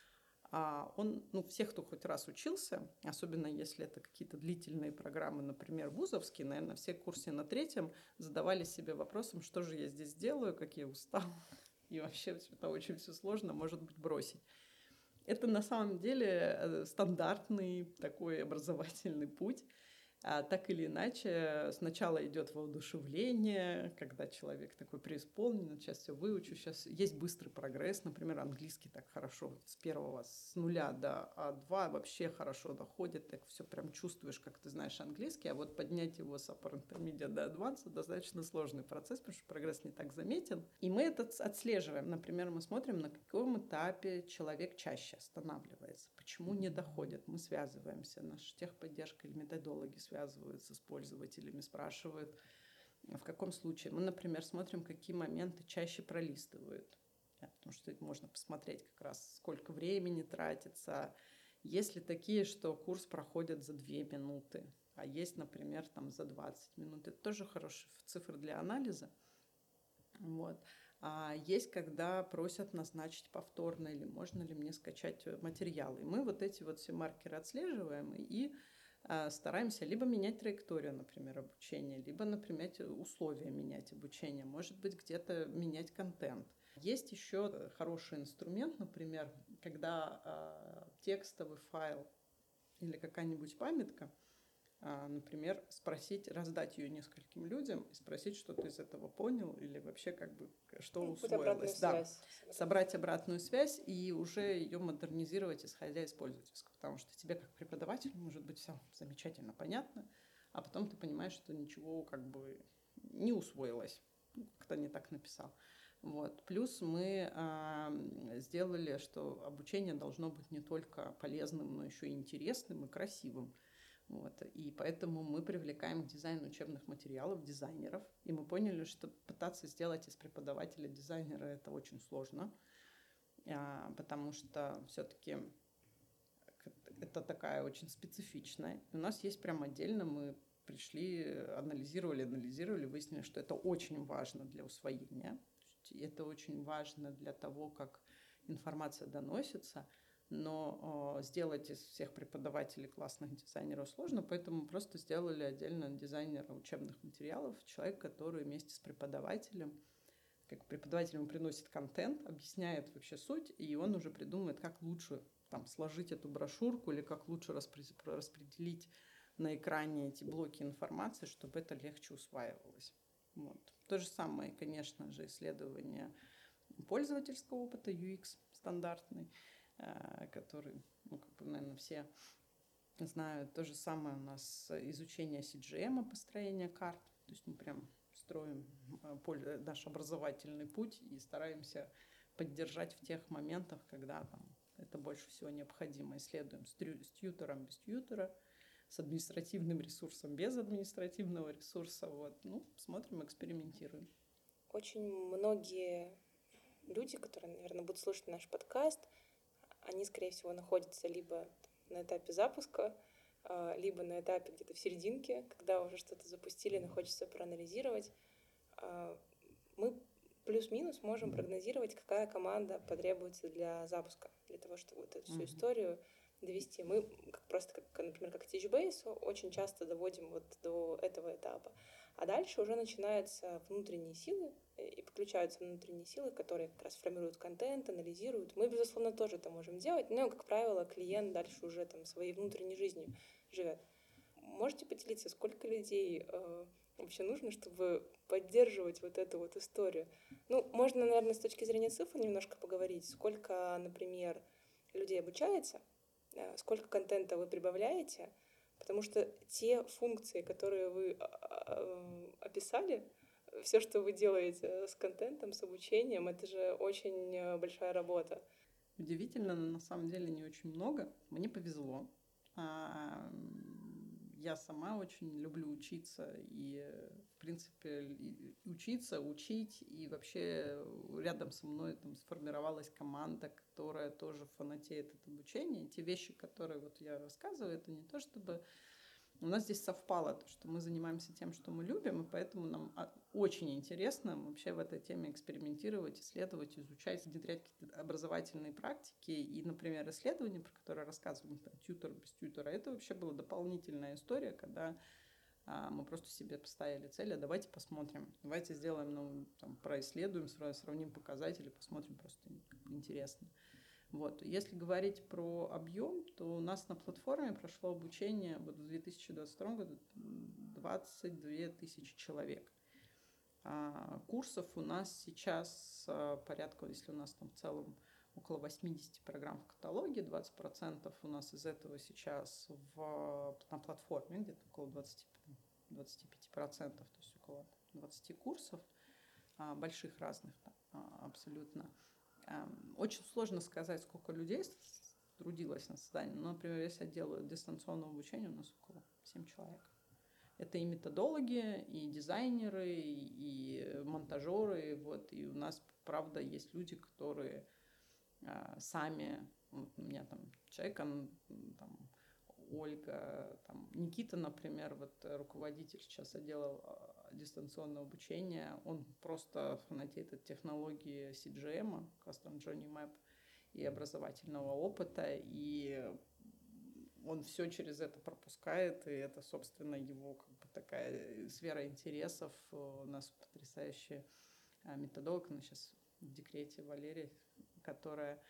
он, ну, всех, кто хоть раз учился, особенно если это какие-то длительные программы, например, вузовские, наверное, все курсы на третьем задавали себе вопросом, что же я здесь делаю, как я устал, и вообще это очень все сложно, может быть, бросить. Это на самом деле стандартный такой образовательный путь. А так или иначе, сначала идет воодушевление, когда человек такой преисполнен, сейчас все выучу, сейчас есть быстрый прогресс, например, английский так хорошо с первого, с нуля до а два вообще хорошо доходит, так все прям чувствуешь, как ты знаешь английский, а вот поднять его с upper intermediate до advanced достаточно сложный процесс, потому что прогресс не так заметен. И мы это отслеживаем, например, мы смотрим, на каком этапе человек чаще останавливается, почему не доходит, мы связываемся, наша техподдержка или методологи связываются с пользователями, спрашивают, в каком случае. Мы, например, смотрим, какие моменты чаще пролистывают, потому что можно посмотреть как раз, сколько времени тратится. Есть ли такие, что курс проходит за две минуты, а есть, например, там за двадцать минут. Это тоже хорошие цифры для анализа. Вот. А есть, когда просят назначить повторно, или можно ли мне скачать материалы. И мы вот эти вот все маркеры отслеживаем и стараемся либо менять траекторию, например, обучения, либо, например, условия менять обучение, может быть, где-то менять контент. Есть еще хороший инструмент, например, когда э, текстовый файл или какая-нибудь памятка, э, например, спросить, раздать ее нескольким людям и спросить, что ты из этого понял или вообще как бы что ну, усвоилось. Да. Связь. Собрать обратную связь и уже ее модернизировать, исходя из пользовательского. Потому что тебе как преподавателю может быть все замечательно понятно, а потом ты понимаешь, что ничего как бы не усвоилось, как-то не так написал. Вот. Плюс мы э, сделали, что обучение должно быть не только полезным, но еще и интересным и красивым. Вот. И поэтому мы привлекаем к дизайну учебных материалов дизайнеров. И мы поняли, что пытаться сделать из преподавателя дизайнера это очень сложно, потому что все-таки это такая очень специфичная. У нас есть прям отдельно, мы пришли, анализировали, анализировали, выяснили, что это очень важно для усвоения. Это очень важно для того, как информация доносится. Но э, сделать из всех преподавателей классных дизайнеров сложно, поэтому просто сделали отдельно дизайнера учебных материалов, человек, который вместе с преподавателем, как преподаватель ему приносит контент, объясняет вообще суть, и он уже придумает, как лучше там, сложить эту брошюрку или как лучше распределить на экране эти блоки информации, чтобы это легче усваивалось. Вот. То же самое, конечно же, исследование пользовательского опыта, ю экс стандартный, который, ну, как бы, наверное, все знают. То же самое у нас изучение си джи эм, построение карт. То есть мы прям строим наш образовательный путь и стараемся поддержать в тех моментах, когда там, это больше всего необходимо. Исследуем с, трю- с тьютором, без тьютора, с административным ресурсом, без административного ресурса. Вот. Ну, смотрим, экспериментируем. Очень многие люди, которые, наверное, будут слушать наш подкаст, они, скорее всего, находятся либо на этапе запуска, либо на этапе где-то в серединке, когда уже что-то запустили, но хочется проанализировать. Мы плюс-минус можем прогнозировать, какая команда потребуется для запуска, для того, чтобы вот эту всю историю довести. Мы как, просто, как, например, как Teachbase, очень часто доводим вот до этого этапа. А дальше уже начинаются внутренние силы, и подключаются внутренние силы, которые как раз формируют контент, анализируют. Мы, безусловно, тоже это можем делать, но, как правило, клиент дальше уже там своей внутренней жизнью живет. Можете поделиться, сколько людей э, вообще нужно, чтобы поддерживать вот эту вот историю? Ну, можно, наверное, с точки зрения цифр немножко поговорить. Сколько, например, людей обучается, э, сколько контента вы прибавляете, потому что те функции, которые вы э, описали, все, что вы делаете с контентом, с обучением, это же очень большая работа. Удивительно, но на самом деле не очень много. Мне повезло. Я сама очень люблю учиться и, в принципе, учиться, учить. И вообще рядом со мной там сформировалась команда, которая тоже фанатеет от обучения. И те вещи, которые вот я рассказываю, это не то чтобы... У нас здесь совпало то, что мы занимаемся тем, что мы любим, и поэтому нам очень интересно вообще в этой теме экспериментировать, исследовать, изучать, внедрять какие-то образовательные практики. И, например, исследование, про которое рассказывали, там, тьютор без тьютора, это вообще была дополнительная история, когда а, мы просто себе поставили цель, а давайте посмотрим, давайте сделаем, ну, там, происследуем, сравним показатели, посмотрим, просто интересно. Вот. Если говорить про объем, то у нас на платформе прошло обучение вот в две тысячи двадцать втором году двадцать две тысячи человек. А курсов у нас сейчас порядка, если у нас там в целом около восемьдесят программ в каталоге, двадцать процентов у нас из этого сейчас в, на платформе, где-то около двадцать, двадцать пять процентов, то есть около двадцать курсов, больших разных абсолютно. Очень сложно сказать, сколько людей трудилось на создании. Но, например, если я делаю дистанционное обучение, у нас около семь человек. Это и методологи, и дизайнеры, и монтажеры. Вот. И у нас, правда, есть люди, которые а, сами... Вот у меня там человек, он, там, Ольга, там, Никита, например, вот руководитель сейчас отдела дистанционного обучения, он просто фанатеет от технологии си джи эм, Custom Journey Map, и образовательного опыта, и он все через это пропускает, и это, собственно, его как бы такая сфера интересов. У нас потрясающая методолог, она сейчас в декрете, Валерия, которая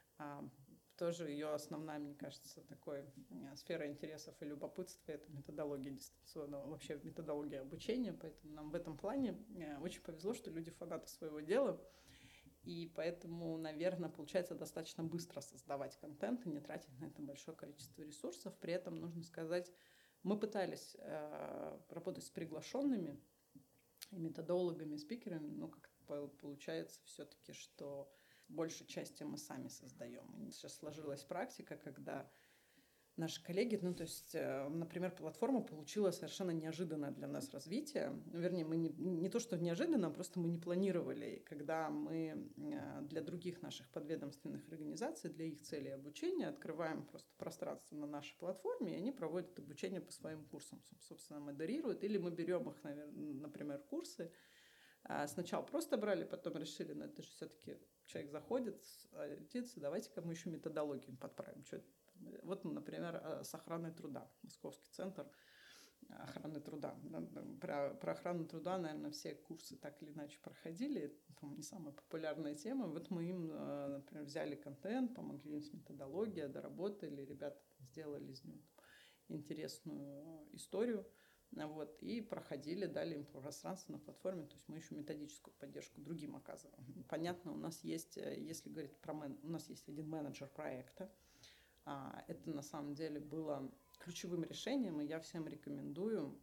тоже ее основная, мне кажется, такой сфера интересов и любопытства — это методология дистанционного, вообще методология обучения, поэтому нам в этом плане очень повезло, что люди фанаты своего дела, и поэтому, наверное, получается достаточно быстро создавать контент и не тратить на это большое количество ресурсов. При этом нужно сказать, мы пытались э, работать с приглашенными методологами, спикерами, но как-то получается все-таки, что большей части мы сами создаем. И сейчас сложилась практика, когда наши коллеги, ну, то есть, например, платформа получила совершенно неожиданное для нас развитие. Вернее, мы не, не то, что неожиданно, просто мы не планировали. И когда мы для других наших подведомственных организаций, для их целей обучения открываем просто пространство на нашей платформе, и они проводят обучение по своим курсам, собственно, модерируют. Или мы берем их, например, курсы. Сначала просто брали, потом решили, ну, это же все-таки человек заходит, ориентируется, давайте-ка мы еще методологию подправим, что это. Вот, например, с охраной труда. Московский центр охраны труда. Про, про охрану труда, наверное, все курсы так или иначе проходили. Это не самая популярная тема. Вот мы им, например, взяли контент, помогли им с методологией, доработали. Ребята сделали из него интересную историю. Вот, и проходили, дали им пространство на платформе. То есть мы еще методическую поддержку другим оказываем. Понятно, у нас есть, если говорить про мен, у нас есть один менеджер проекта. Это на самом деле было ключевым решением, и я всем рекомендую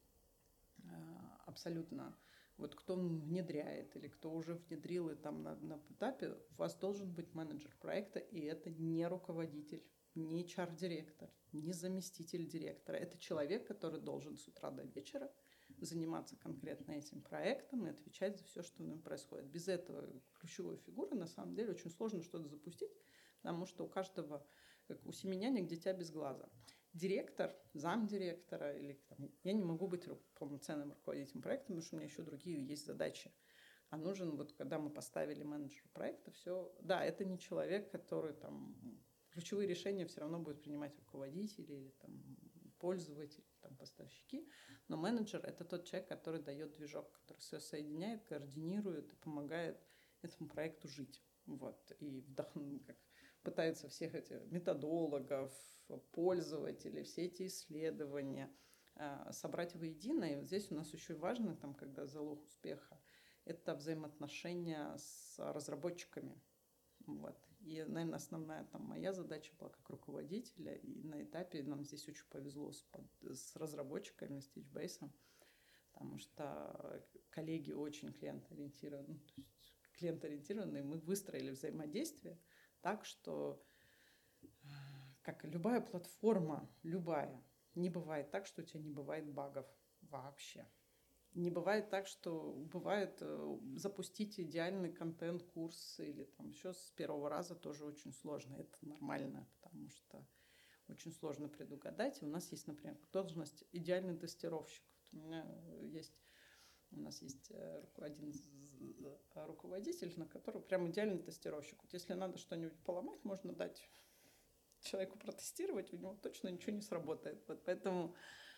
абсолютно, вот кто внедряет или кто уже внедрил и там на, на этапе, у вас должен быть менеджер проекта, и это не руководитель, не эйч ар-директор, не заместитель директора. Это человек, который должен с утра до вечера заниматься конкретно этим проектом и отвечать за все, что в нем происходит. Без этого ключевой фигуры на самом деле очень сложно что-то запустить, потому что у каждого, как у семеняник, дитя без глаза. Директор, замдиректора, или там, я не могу быть полноценным руководителем проекта, потому что у меня еще другие есть задачи. А нужен, вот когда мы поставили менеджера проекта, все, да, это не человек, который там, ключевые решения все равно будет принимать руководители или там пользователи, там, поставщики, но менеджер – это тот человек, который дает движок, который все соединяет, координирует и помогает этому проекту жить. Вот, и вдохнуть, как пытаются всех этих методологов, пользователей, все эти исследования э, собрать воедино. И вот здесь у нас еще важно, там, когда залог успеха, это взаимоотношения с разработчиками. Вот. И, наверное, основная там моя задача была как руководителя, и на этапе нам здесь очень повезло с, с разработчиками, с Stitchbase, потому что коллеги очень клиент-ориентированы, то есть клиент-ориентированные, мы выстроили взаимодействие так, что, как любая платформа, любая, не бывает так, что у тебя не бывает багов вообще. Не бывает так, что бывает э, запустить идеальный контент, курс или там еще с первого раза тоже очень сложно. Это нормально, потому что очень сложно предугадать. И у нас есть, например, должность идеальный тестировщик. Вот у меня есть, у нас есть один руководитель, на который прям идеальный тестировщик. Вот если надо что-нибудь поломать, можно дать человеку протестировать, у него точно ничего не сработает. Вот поэтому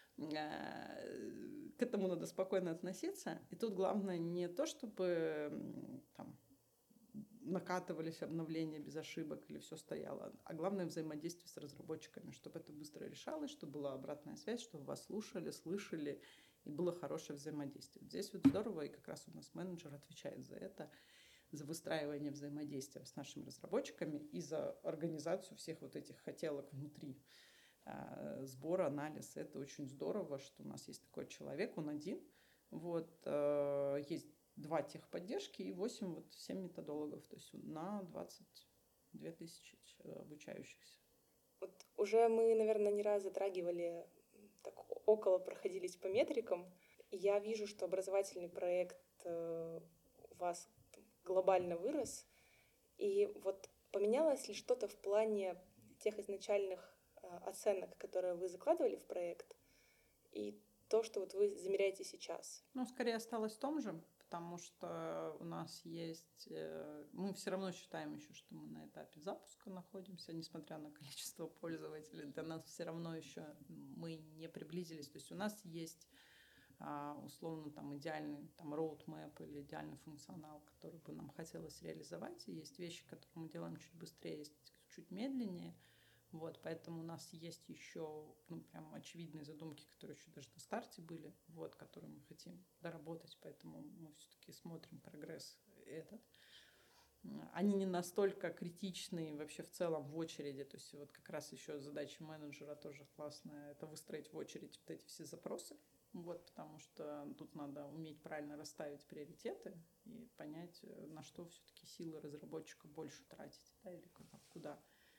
к этому надо спокойно относиться. И тут главное не то, чтобы там накатывались обновления без ошибок или все стояло, а главное взаимодействие с разработчиками, чтобы это быстро решалось, чтобы была обратная связь, чтобы вас слушали, слышали, и было хорошее взаимодействие. Здесь вот здорово, и как раз у нас менеджер отвечает за это, за выстраивание взаимодействия с нашими разработчиками и за организацию всех вот этих хотелок внутри. Сбор, анализ. Это очень здорово, что у нас есть такой человек, он один. Вот, есть два техподдержки и восемь, вот семь методологов, то есть на двадцать две тысячи обучающихся. Вот уже мы, наверное, не раз затрагивали, так около проходились по метрикам. Я вижу, что образовательный проект у вас глобально вырос. И вот поменялось ли что-то в плане тех изначальных оценок, которые вы закладывали в проект, и то, что вот вы замеряете сейчас? Ну, скорее осталось в том же, потому что у нас есть... Мы все равно считаем еще, что мы на этапе запуска находимся, несмотря на количество пользователей. Для нас все равно еще мы не приблизились. То есть у нас есть условно там идеальный там роудмэп или идеальный функционал, который бы нам хотелось реализовать. И есть вещи, которые мы делаем чуть быстрее, есть чуть медленнее. Вот, поэтому у нас есть еще, ну, прям очевидные задумки, которые еще даже на старте были, вот, которые мы хотим доработать, поэтому мы все-таки смотрим прогресс этот. Они не настолько критичные вообще в целом в очереди, то есть вот как раз еще задача менеджера тоже классная, это выстроить в очередь вот эти все запросы, вот, потому что тут надо уметь правильно расставить приоритеты и понять, на что все-таки силы разработчика больше тратить, да, или куда.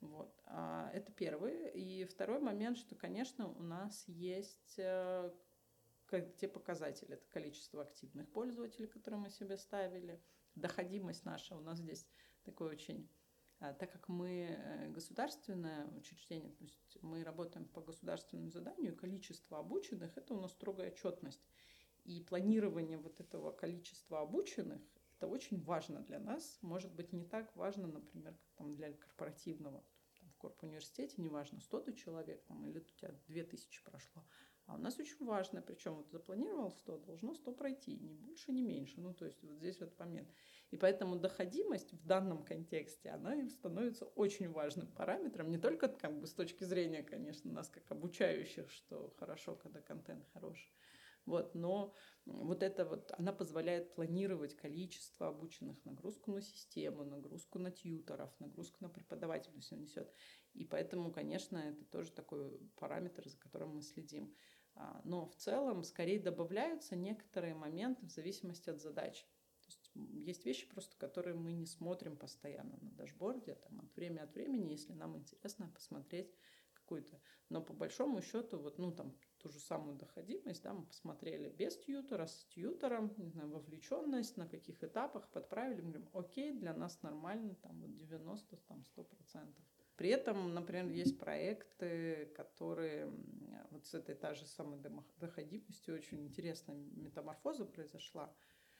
Вот. А это первый. И второй момент, что, конечно, у нас есть э, как, те показатели. Это количество активных пользователей, которые мы себе ставили, доходимость наша. У нас здесь такой очень... А, так как мы э, государственное учреждение, то есть мы работаем по государственному заданию, количество обученных – это у нас строгая отчетность. И планирование вот этого количества обученных – это очень важно для нас. Может быть, не так важно, например, как там для корпоративного. Там, в корп-университете неважно, сто ты человек там, или у тебя две тысячи прошло. А у нас очень важно, причем вот запланировал сто, должно сто пройти, ни больше, ни меньше. Ну, то есть вот здесь вот момент. И поэтому доходимость в данном контексте, она становится очень важным параметром, не только как бы с точки зрения, конечно, нас как обучающих, что хорошо, когда контент хороший, вот, но вот это вот, она позволяет планировать количество обученных, нагрузку на систему, нагрузку на тьюторов, нагрузку на преподавателей, все несет. И поэтому, конечно, это тоже такой параметр, за которым мы следим. Но в целом скорее добавляются некоторые моменты в зависимости от задач. То есть есть вещи просто, которые мы не смотрим постоянно на дашборде, там, от времени от времени, если нам интересно посмотреть какую-то. Но по большому счету, вот, ну, там, ту же самую доходимость, да, мы посмотрели без тьютора, с тьютором, не знаю, вовлеченность, на каких этапах подправили, мы говорим, окей, для нас нормально, там, вот девяносто, там, сто процентов. При этом, например, есть проекты, которые вот с этой та же самой доходимостью очень интересная метаморфоза произошла,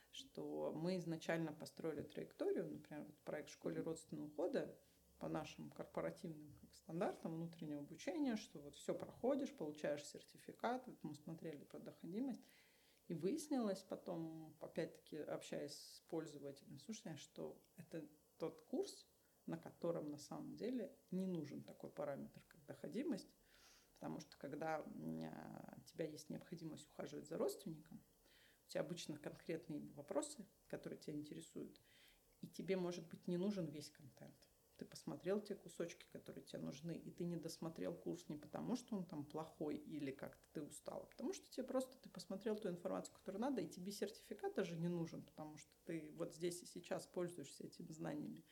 что мы изначально построили траекторию, например, вот проект в школе родственного ухода по нашим корпоративным как стандартам внутреннего обучения, что вот все проходишь, получаешь сертификат, вот мы смотрели про доходимость, и выяснилось потом, опять-таки общаясь с пользователем, слушай, что это тот курс, на котором на самом деле не нужен такой параметр, как доходимость, потому что когда у тебя есть необходимость ухаживать за родственником, у тебя обычно конкретные вопросы, которые тебя интересуют, и тебе, может быть, не нужен весь контент. Ты посмотрел те кусочки, которые тебе нужны, и ты не досмотрел курс не потому, что он там плохой или как-то ты устал, а потому что тебе просто ты посмотрел ту информацию, которую надо, и тебе сертификат даже не нужен, потому что ты вот здесь и сейчас пользуешься этими знаниями.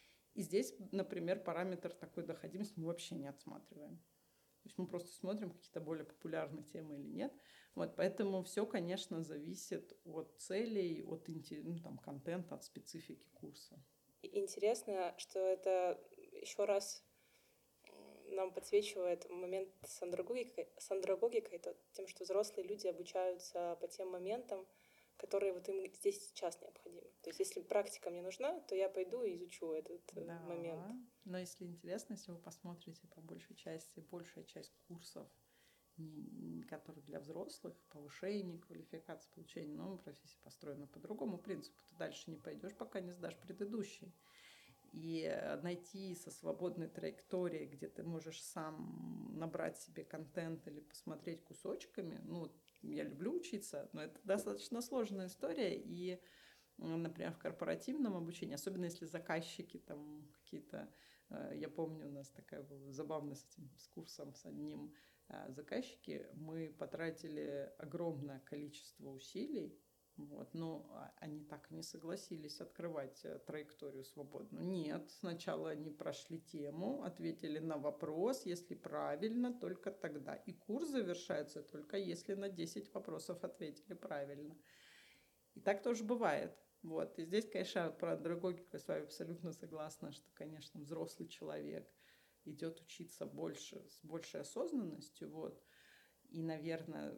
И здесь, например, параметр такой доходимости мы вообще не отсматриваем. То есть мы просто смотрим какие-то более популярные темы или нет. Вот, поэтому все, конечно, зависит от целей, от ну, там, контента, от специфики курса. Интересно, что это еще раз нам подсвечивает момент с андрогогикой, с андрогогикой, то, тем, что взрослые люди обучаются по тем моментам, которые вот им здесь сейчас необходимы. То есть если практика мне нужна, то я пойду и изучу этот да, момент. Но если интересно, если вы посмотрите по большей части, большая часть курсов, которые для взрослых, повышение квалификации, получение новой профессии построено по другому принципу. Ты дальше не пойдешь, пока не сдашь предыдущий. И найти со свободной траекторией, где ты можешь сам набрать себе контент или посмотреть кусочками, ну, я люблю учиться, но это достаточно сложная история, и, например, в корпоративном обучении, особенно если заказчики там какие-то, я помню, у нас такая была забавная с этим, с курсом, с одним заказчики, мы потратили огромное количество усилий, вот, но они так и не согласились открывать траекторию свободно. Нет, сначала они прошли тему, ответили на вопрос, если правильно, только тогда. И курс завершается только если на десять вопросов ответили правильно. И так тоже бывает. Вот. И здесь, конечно, про андрогогику я с вами абсолютно согласна, что, конечно, взрослый человек идет учиться больше, с большей осознанностью. Вот. И, наверное,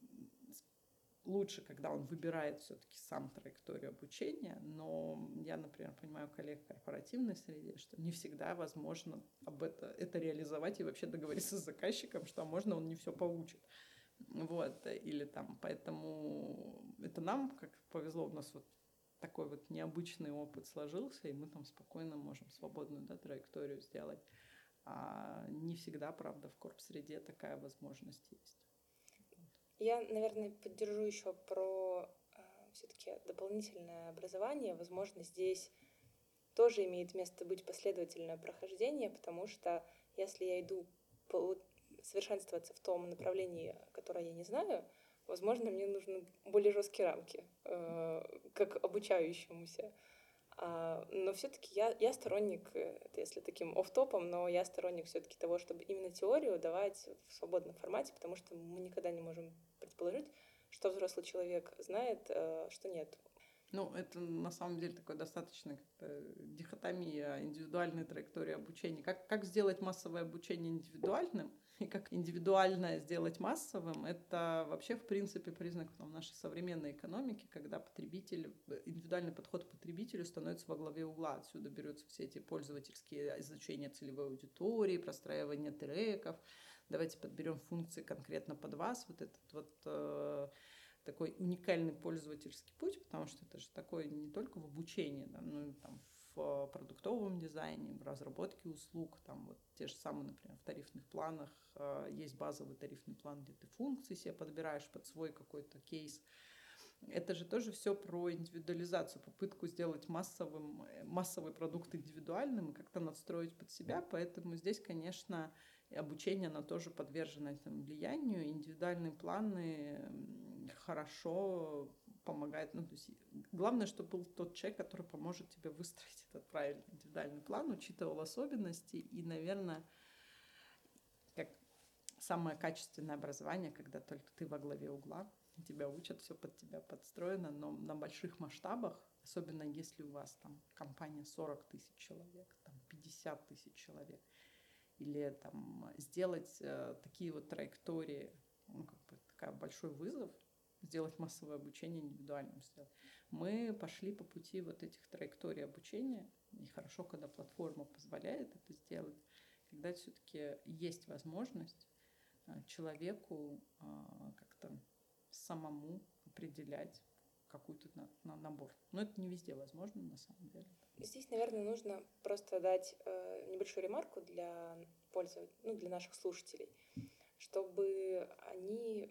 лучше, когда он выбирает все-таки сам траекторию обучения, но я, например, понимаю коллег в корпоративной среде, что не всегда возможно об это, это реализовать и вообще договориться с заказчиком, что можно он не все получит. Вот, или там, поэтому это нам, как повезло, у нас вот такой вот необычный опыт сложился, и мы там спокойно можем свободную, да, траекторию сделать. А не всегда, правда, в корп-среде такая возможность есть. Я, наверное, поддержу еще про э, все-таки дополнительное образование. Возможно, здесь тоже имеет место быть последовательное прохождение, потому что если я иду совершенствоваться в том направлении, которое я не знаю, возможно, мне нужны более жесткие рамки, э, как обучающемуся. А, но все-таки я, я сторонник, это если таким офф-топом, но я сторонник все-таки того, чтобы именно теорию давать в свободном формате, потому что мы никогда не можем предположить, что взрослый человек знает, что нет. Ну, это на самом деле такое достаточно как-то дихотомия индивидуальной траектории обучения. Как, как сделать массовое обучение индивидуальным и как индивидуальное сделать массовым, это вообще, в принципе, признак там, нашей современной экономики, когда потребитель, индивидуальный подход к потребителю становится во главе угла. Отсюда берутся все эти пользовательские изучения целевой аудитории, простраивание треков. Давайте подберем функции конкретно под вас. Вот этот вот... такой уникальный пользовательский путь, потому что это же такое не только в обучении, да, но и там в продуктовом дизайне, в разработке услуг, там вот те же самые, например, в тарифных планах э, есть базовый тарифный план, где ты функции себе подбираешь под свой какой-то кейс. Это же тоже все про индивидуализацию, попытку сделать массовым, массовый продукт индивидуальным и как-то надстроить под себя, поэтому здесь, конечно, обучение, оно тоже подвержено этому влиянию, индивидуальные планы хорошо помогает. Ну, то есть главное, чтобы был тот человек, который поможет тебе выстроить этот правильный индивидуальный план, учитывал особенности и, наверное, как самое качественное образование, когда только ты во главе угла, тебя учат, все под тебя подстроено, но на больших масштабах, особенно если у вас там компания сорок тысяч человек, там пятьдесят тысяч человек, или там сделать э, такие вот траектории, ну, как бы такой большой вызов, сделать массовое обучение индивидуальным сделать. Мы пошли по пути вот этих траекторий обучения, и хорошо, когда платформа позволяет это сделать, когда все-таки есть возможность человеку как-то самому определять какой-то набор. Но это не везде возможно, на самом деле. Здесь, наверное, нужно просто дать э, небольшую ремарку для пользователей, ну, для наших слушателей, чтобы они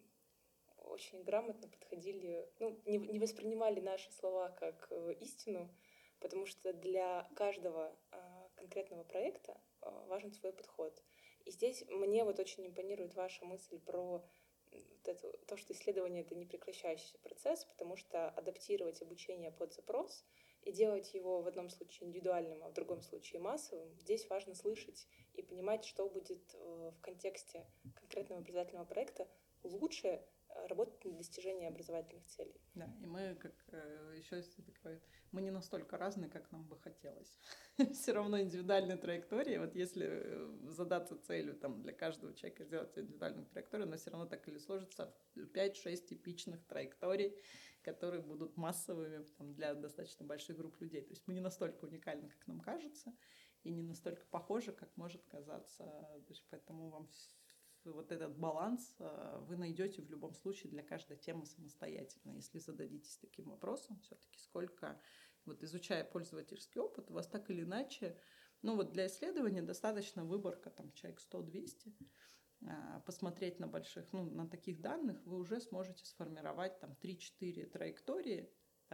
очень грамотно подходили, ну, не, не воспринимали наши слова как э, истину, потому что для каждого э, конкретного проекта э, важен свой подход. И здесь мне вот очень импонирует ваша мысль про вот это, то, что исследование — это непрекращающийся процесс, потому что адаптировать обучение под запрос и делать его в одном случае индивидуальным, а в другом случае массовым, здесь важно слышать и понимать, что будет в контексте конкретного образовательного проекта лучше работать над достижением образовательных целей. Да, и мы, как еще если такое, мы не настолько разные, как нам бы хотелось. Все равно индивидуальные траектории, вот если задаться целью там, для каждого человека сделать индивидуальную траекторию, но все равно так или сложится пять-шесть типичных траекторий, которые будут массовыми там, для достаточно больших групп людей. То есть мы не настолько уникальны, как нам кажется, и не настолько похожи, как может казаться. То есть поэтому вам вот этот баланс вы найдете в любом случае для каждой темы самостоятельно. Если зададитесь таким вопросом, все-таки сколько, вот изучая пользовательский опыт, у вас так или иначе, ну вот для исследования достаточно выборка, там, человек сто-двести, посмотреть на больших, ну, на таких данных, вы уже сможете сформировать там три-четыре траектории,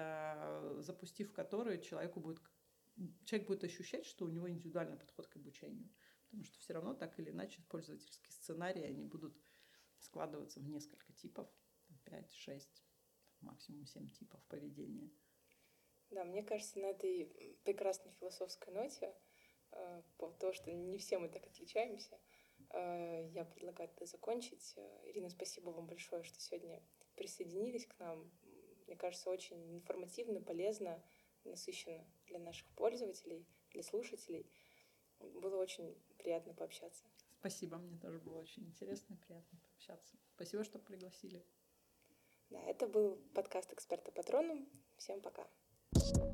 запустив которые человеку будет, человек будет ощущать, что у него индивидуальный подход к обучению. Потому что все равно так или иначе пользовательские сценарии, они будут складываться в несколько типов, пять-шесть, максимум семь типов поведения. Да, мне кажется, на этой прекрасной философской ноте, по тому, что не все мы так отличаемся, я предлагаю это закончить. Ирина, спасибо вам большое, что сегодня присоединились к нам. Мне кажется, очень информативно, полезно, насыщенно для наших пользователей, для слушателей. Было очень приятно пообщаться. Спасибо, мне тоже было очень интересно и приятно пообщаться. Спасибо, что пригласили. Да, это был подкаст «Эксперта Патроном». Всем пока.